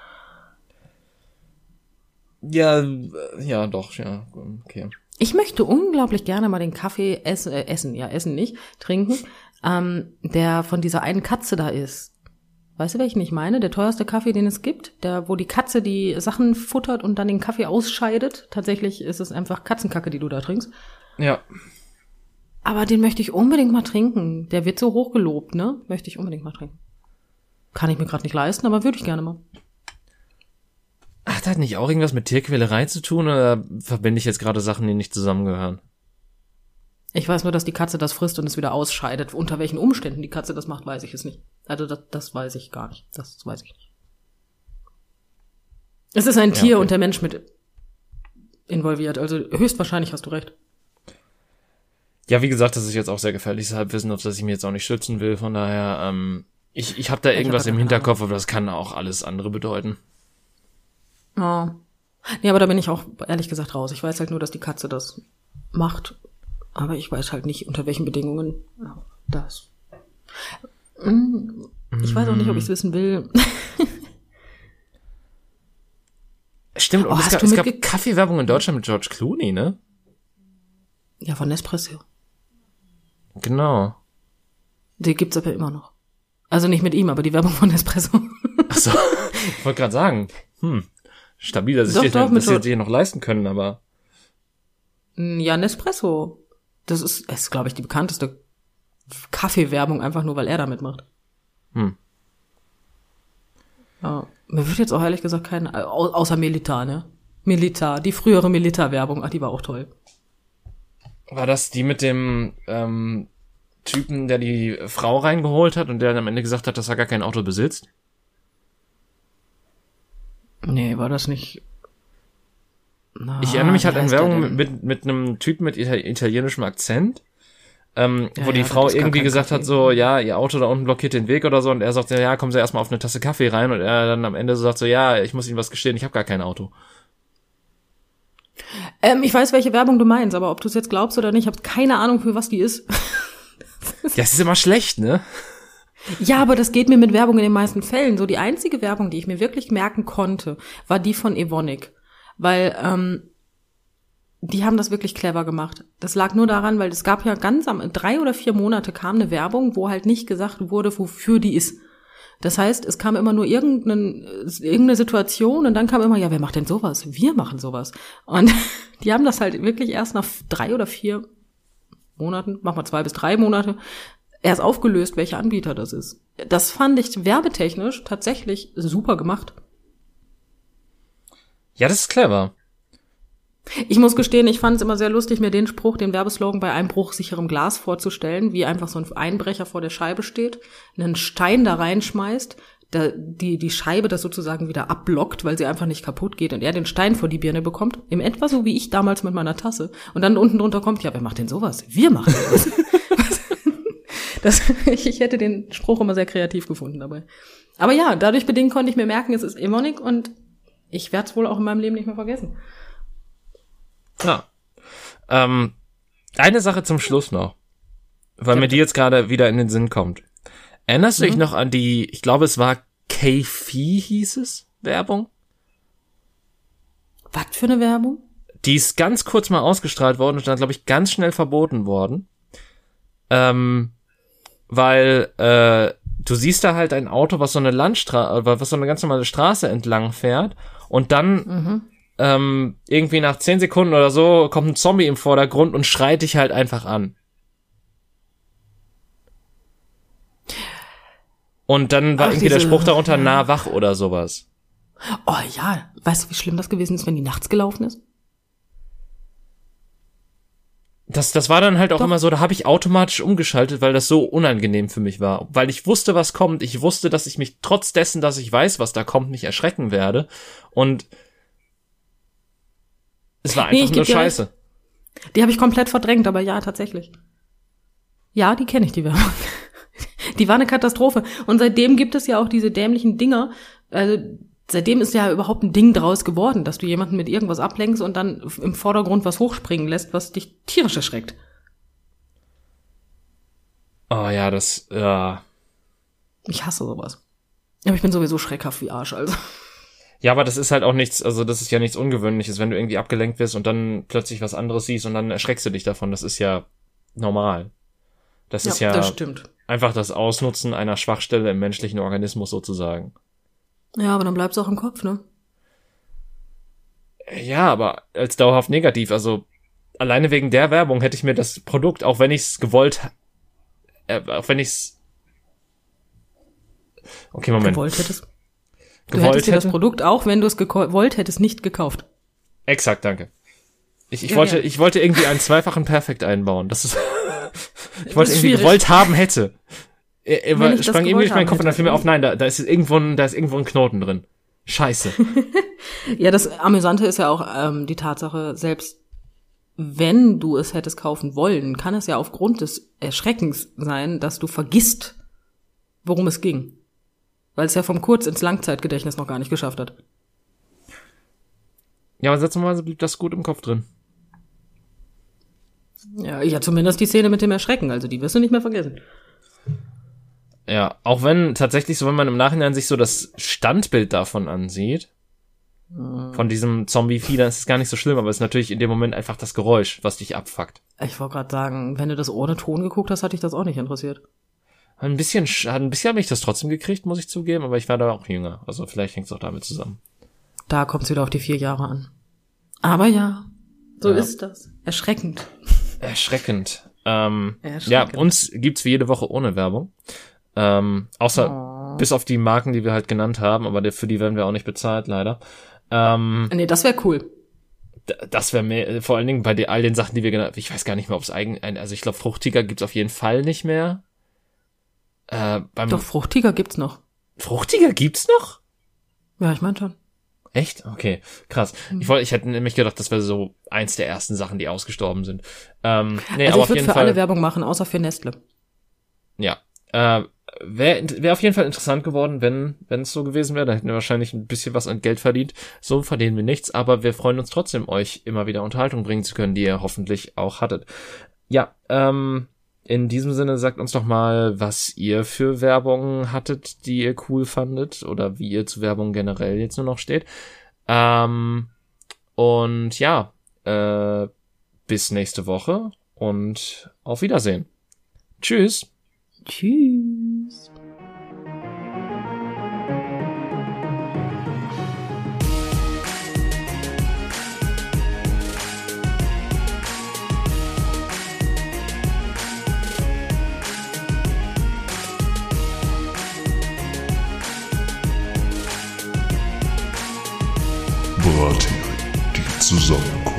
Ja, äh, ja, doch, ja, okay. Ich möchte unglaublich gerne mal den Kaffee essen, äh, essen, ja, essen nicht, trinken, ähm, der von dieser einen Katze da ist. Weißt du, welchen ich meine? Der teuerste Kaffee, den es gibt, der, wo die Katze die Sachen futtert und dann den Kaffee ausscheidet. Tatsächlich ist es einfach Katzenkacke, die du da trinkst. Ja. Aber den möchte ich unbedingt mal trinken. Der wird so hoch gelobt, ne? Möchte ich unbedingt mal trinken. Kann ich mir gerade nicht leisten, aber würde ich gerne mal. Ach, das hat nicht auch irgendwas mit Tierquälerei zu tun, oder verbinde ich jetzt gerade Sachen, die nicht zusammengehören? Ich weiß nur, dass die Katze das frisst und es wieder ausscheidet. Unter welchen Umständen die Katze das macht, weiß ich es nicht. Also das, das weiß ich gar nicht. Das weiß ich nicht. Es ist ein Ja, Tier okay. und der Mensch mit involviert. Also höchstwahrscheinlich hast du recht. Ja, wie gesagt, das ist jetzt auch sehr gefährliches Halbwissen, auf das ich mir jetzt auch nicht stützen will, von daher, ähm, ich, ich habe da Ich irgendwas hab da im keine Hinterkopf, aber das kann auch alles andere bedeuten. Oh. Nee, aber da bin ich auch ehrlich gesagt raus. Ich weiß halt nur, dass die Katze das macht. Aber ich weiß halt nicht, unter welchen Bedingungen ja, das. Mm, Ich weiß auch nicht, ob ich es wissen will. Stimmt, und Oh, es hast gab, du es gab mitge- Kaffeewerbung in Deutschland mit George Clooney, ne? Ja, von Nespresso. Genau. Die gibt's aber immer noch. Also nicht mit ihm, aber die Werbung von Nespresso. Ach so, ich wollte gerade sagen, hm, stabil, dass Doch, ich doch, dir mit das hier noch leisten können, aber... Ja, Nespresso. Das ist, ist glaube ich, die bekannteste Kaffeewerbung, einfach nur, weil er damit macht. Hm. Ja, mir wird jetzt auch ehrlich gesagt kein, au- außer Militar, ne? Militar, die frühere Militar-Werbung, ach, die war auch toll. War das die mit dem ähm, Typen, der die Frau reingeholt hat und der dann am Ende gesagt hat, dass er gar kein Auto besitzt? Nee, war das nicht... Na, Ich erinnere mich halt wie an heißt der Werbung denn? mit, mit, mit einem Typen mit Ita- italienischem Akzent, ähm, Ja, wo die ja, Frau das ist gar irgendwie kein gesagt Kaffee. hat, so, ja, ihr Auto da unten blockiert den Weg oder so, und er sagt, ja, kommen Sie erstmal auf eine Tasse Kaffee rein, und er dann am Ende so sagt so, ja, ich muss Ihnen was gestehen, ich habe gar kein Auto. Ähm, ich weiß, welche Werbung du meinst, aber ob du es jetzt glaubst oder nicht, ich habe keine Ahnung, für was die ist. Das ist immer schlecht, ne? Ja, aber das geht mir mit Werbung in den meisten Fällen. So die einzige Werbung, die ich mir wirklich merken konnte, war die von Evonik. Weil ähm, die haben das wirklich clever gemacht. Das lag nur daran, weil es gab ja ganz am drei oder vier Monate kam eine Werbung, wo halt nicht gesagt wurde, wofür die ist. Das heißt, es kam immer nur irgendeine, irgendeine Situation und dann kam immer, ja, wer macht denn sowas? Wir machen sowas. Und die haben das halt wirklich erst nach drei oder vier Monaten, machen wir zwei bis drei Monate, erst aufgelöst, welcher Anbieter das ist. Das fand ich werbetechnisch tatsächlich super gemacht. Ja, das ist clever. Ich muss gestehen, ich fand es immer sehr lustig, mir den Spruch, den Werbeslogan bei einbruchsicherem Glas vorzustellen, wie einfach so ein Einbrecher vor der Scheibe steht, einen Stein da reinschmeißt, da, die, die Scheibe das sozusagen wieder abblockt, weil sie einfach nicht kaputt geht und er den Stein vor die Birne bekommt. Im etwa so wie ich damals mit meiner Tasse. Und dann unten drunter kommt, ja, wer macht denn sowas? Wir machen sowas. Das, ich, ich hätte den Spruch immer sehr kreativ gefunden dabei. Aber ja, dadurch bedingt konnte ich mir merken, es ist Evonik und ich werde es wohl auch in meinem Leben nicht mehr vergessen. Ja. Ähm, eine Sache zum Schluss noch, weil mir die jetzt gerade wieder in den Sinn kommt. Erinnerst du dich Mhm. noch an die, ich glaube, es war K-Fi hieß es, Werbung? Was für eine Werbung? Die ist ganz kurz mal ausgestrahlt worden und dann, glaube ich, ganz schnell verboten worden. Ähm, weil äh, du siehst da halt ein Auto, was so eine Landstraße, was so eine ganz normale Straße entlang fährt und dann Mhm. ähm, irgendwie nach zehn Sekunden oder so kommt ein Zombie im Vordergrund und schreit dich halt einfach an. Und dann war Ach, irgendwie der diese- Spruch darunter, nah wach oder sowas. Oh ja, weißt du, wie schlimm das gewesen ist, wenn die nachts gelaufen ist? Das, das war dann halt auch Doch. immer so, da habe ich automatisch umgeschaltet, weil das so unangenehm für mich war. Weil ich wusste, was kommt. Ich wusste, dass ich mich trotz dessen, dass ich weiß, was da kommt, nicht erschrecken werde. Und es war Nee, einfach ich nur geb dir scheiße. Die habe ich komplett verdrängt, aber ja, tatsächlich. Ja, die kenne ich, die Werbung. Die war eine Katastrophe. Und seitdem gibt es ja auch diese dämlichen Dinger. Also seitdem ist ja überhaupt ein Ding draus geworden, dass du jemanden mit irgendwas ablenkst und dann im Vordergrund was hochspringen lässt, was dich tierisch erschreckt. Oh ja, das, ja. Ich hasse sowas. Aber ich bin sowieso schreckhaft wie Arsch, also. Ja, aber das ist halt auch nichts, also das ist ja nichts Ungewöhnliches, wenn du irgendwie abgelenkt wirst und dann plötzlich was anderes siehst und dann erschreckst du dich davon. Das ist ja normal. Das ist ja das stimmt. einfach das Ausnutzen einer Schwachstelle im menschlichen Organismus sozusagen. Ja, aber dann bleibt's auch im Kopf, ne? Ja, aber als dauerhaft negativ, also alleine wegen der Werbung hätte ich mir das Produkt, auch wenn ich es gewollt, äh, auch wenn ich es, okay, Moment, Gewollt hättest. Du gewollt hättest dir das hätte, Produkt, auch wenn du es gewollt hättest, nicht gekauft. exakt, danke. Ich, ich Ja, wollte, ja. ich wollte irgendwie einen zweifachen Perfekt einbauen, das ist, ich wollte ist irgendwie schwierig. gewollt haben hätte. Er, er Wenn war, ich das sprang irgendwie gewollt durch meinen haben Kopf und dann hätte. fiel mir auf, nein, da, da ist irgendwo ein, da ist irgendwo ein Knoten drin. Scheiße. Ja, das Amüsante ist ja auch ähm, die Tatsache, selbst wenn du es hättest kaufen wollen, kann es ja aufgrund des Erschreckens sein, dass du vergisst, worum es ging. Weil es ja vom Kurz- ins Langzeitgedächtnis noch gar nicht geschafft hat. Ja, aber seltsamerweise blieb das gut im Kopf drin. Ja, ja, zumindest die Szene mit dem Erschrecken, also die wirst du nicht mehr vergessen. Ja, auch wenn tatsächlich so, wenn man im Nachhinein sich so das Standbild davon ansieht, Von diesem Zombie-Vieh, dann ist es gar nicht so schlimm, aber es ist natürlich in dem Moment einfach das Geräusch, was dich abfuckt. Ich wollte gerade sagen, wenn du das ohne Ton geguckt hast, hat dich das auch nicht interessiert. Ein bisschen, ein bisschen habe ich das trotzdem gekriegt, muss ich zugeben, aber ich war da auch jünger. Also vielleicht hängt es auch damit zusammen. Da kommt es wieder auf die vier Jahre an. Aber ja, so ja. ist das. Erschreckend. Erschreckend. Ähm, Erschreckend. Ja, uns gibt's wie jede Woche ohne Werbung. Ähm, außer Oh. bis auf die Marken, die wir halt genannt haben, aber für die werden wir auch nicht bezahlt, leider. Ähm, Nee, das wäre cool. d- das wäre mehr, vor allen Dingen bei den, all den Sachen, die wir genannt, ich weiß gar nicht mehr, ob es eigen, ein, also ich glaube, Fruchtiger gibt's auf jeden Fall nicht mehr. Äh, beim Doch, Fruchtiger gibt's noch. Fruchtiger gibt's noch? Ja, ich meine schon. Echt? Okay, krass. Mhm. Ich wollte, ich hätte nämlich gedacht, das wäre so eins der ersten Sachen, die ausgestorben sind. Ähm, nee, Also aber ich auf würde jeden für Fall, alle Werbung machen, außer für Nestle. ja, äh, wäre wär auf jeden Fall interessant geworden, wenn wenn es so gewesen wäre. Da hätten wir wahrscheinlich ein bisschen was an Geld verdient. So verdienen wir nichts, aber wir freuen uns trotzdem, euch immer wieder Unterhaltung bringen zu können, die ihr hoffentlich auch hattet. Ja, ähm, in diesem Sinne sagt uns doch mal, was ihr für Werbung hattet, die ihr cool fandet oder wie ihr zu Werbung generell jetzt nur noch steht. Ähm, und ja, äh, bis nächste Woche und auf Wiedersehen. Tschüss. Tschüss. Brathering, die Zusammenkunft.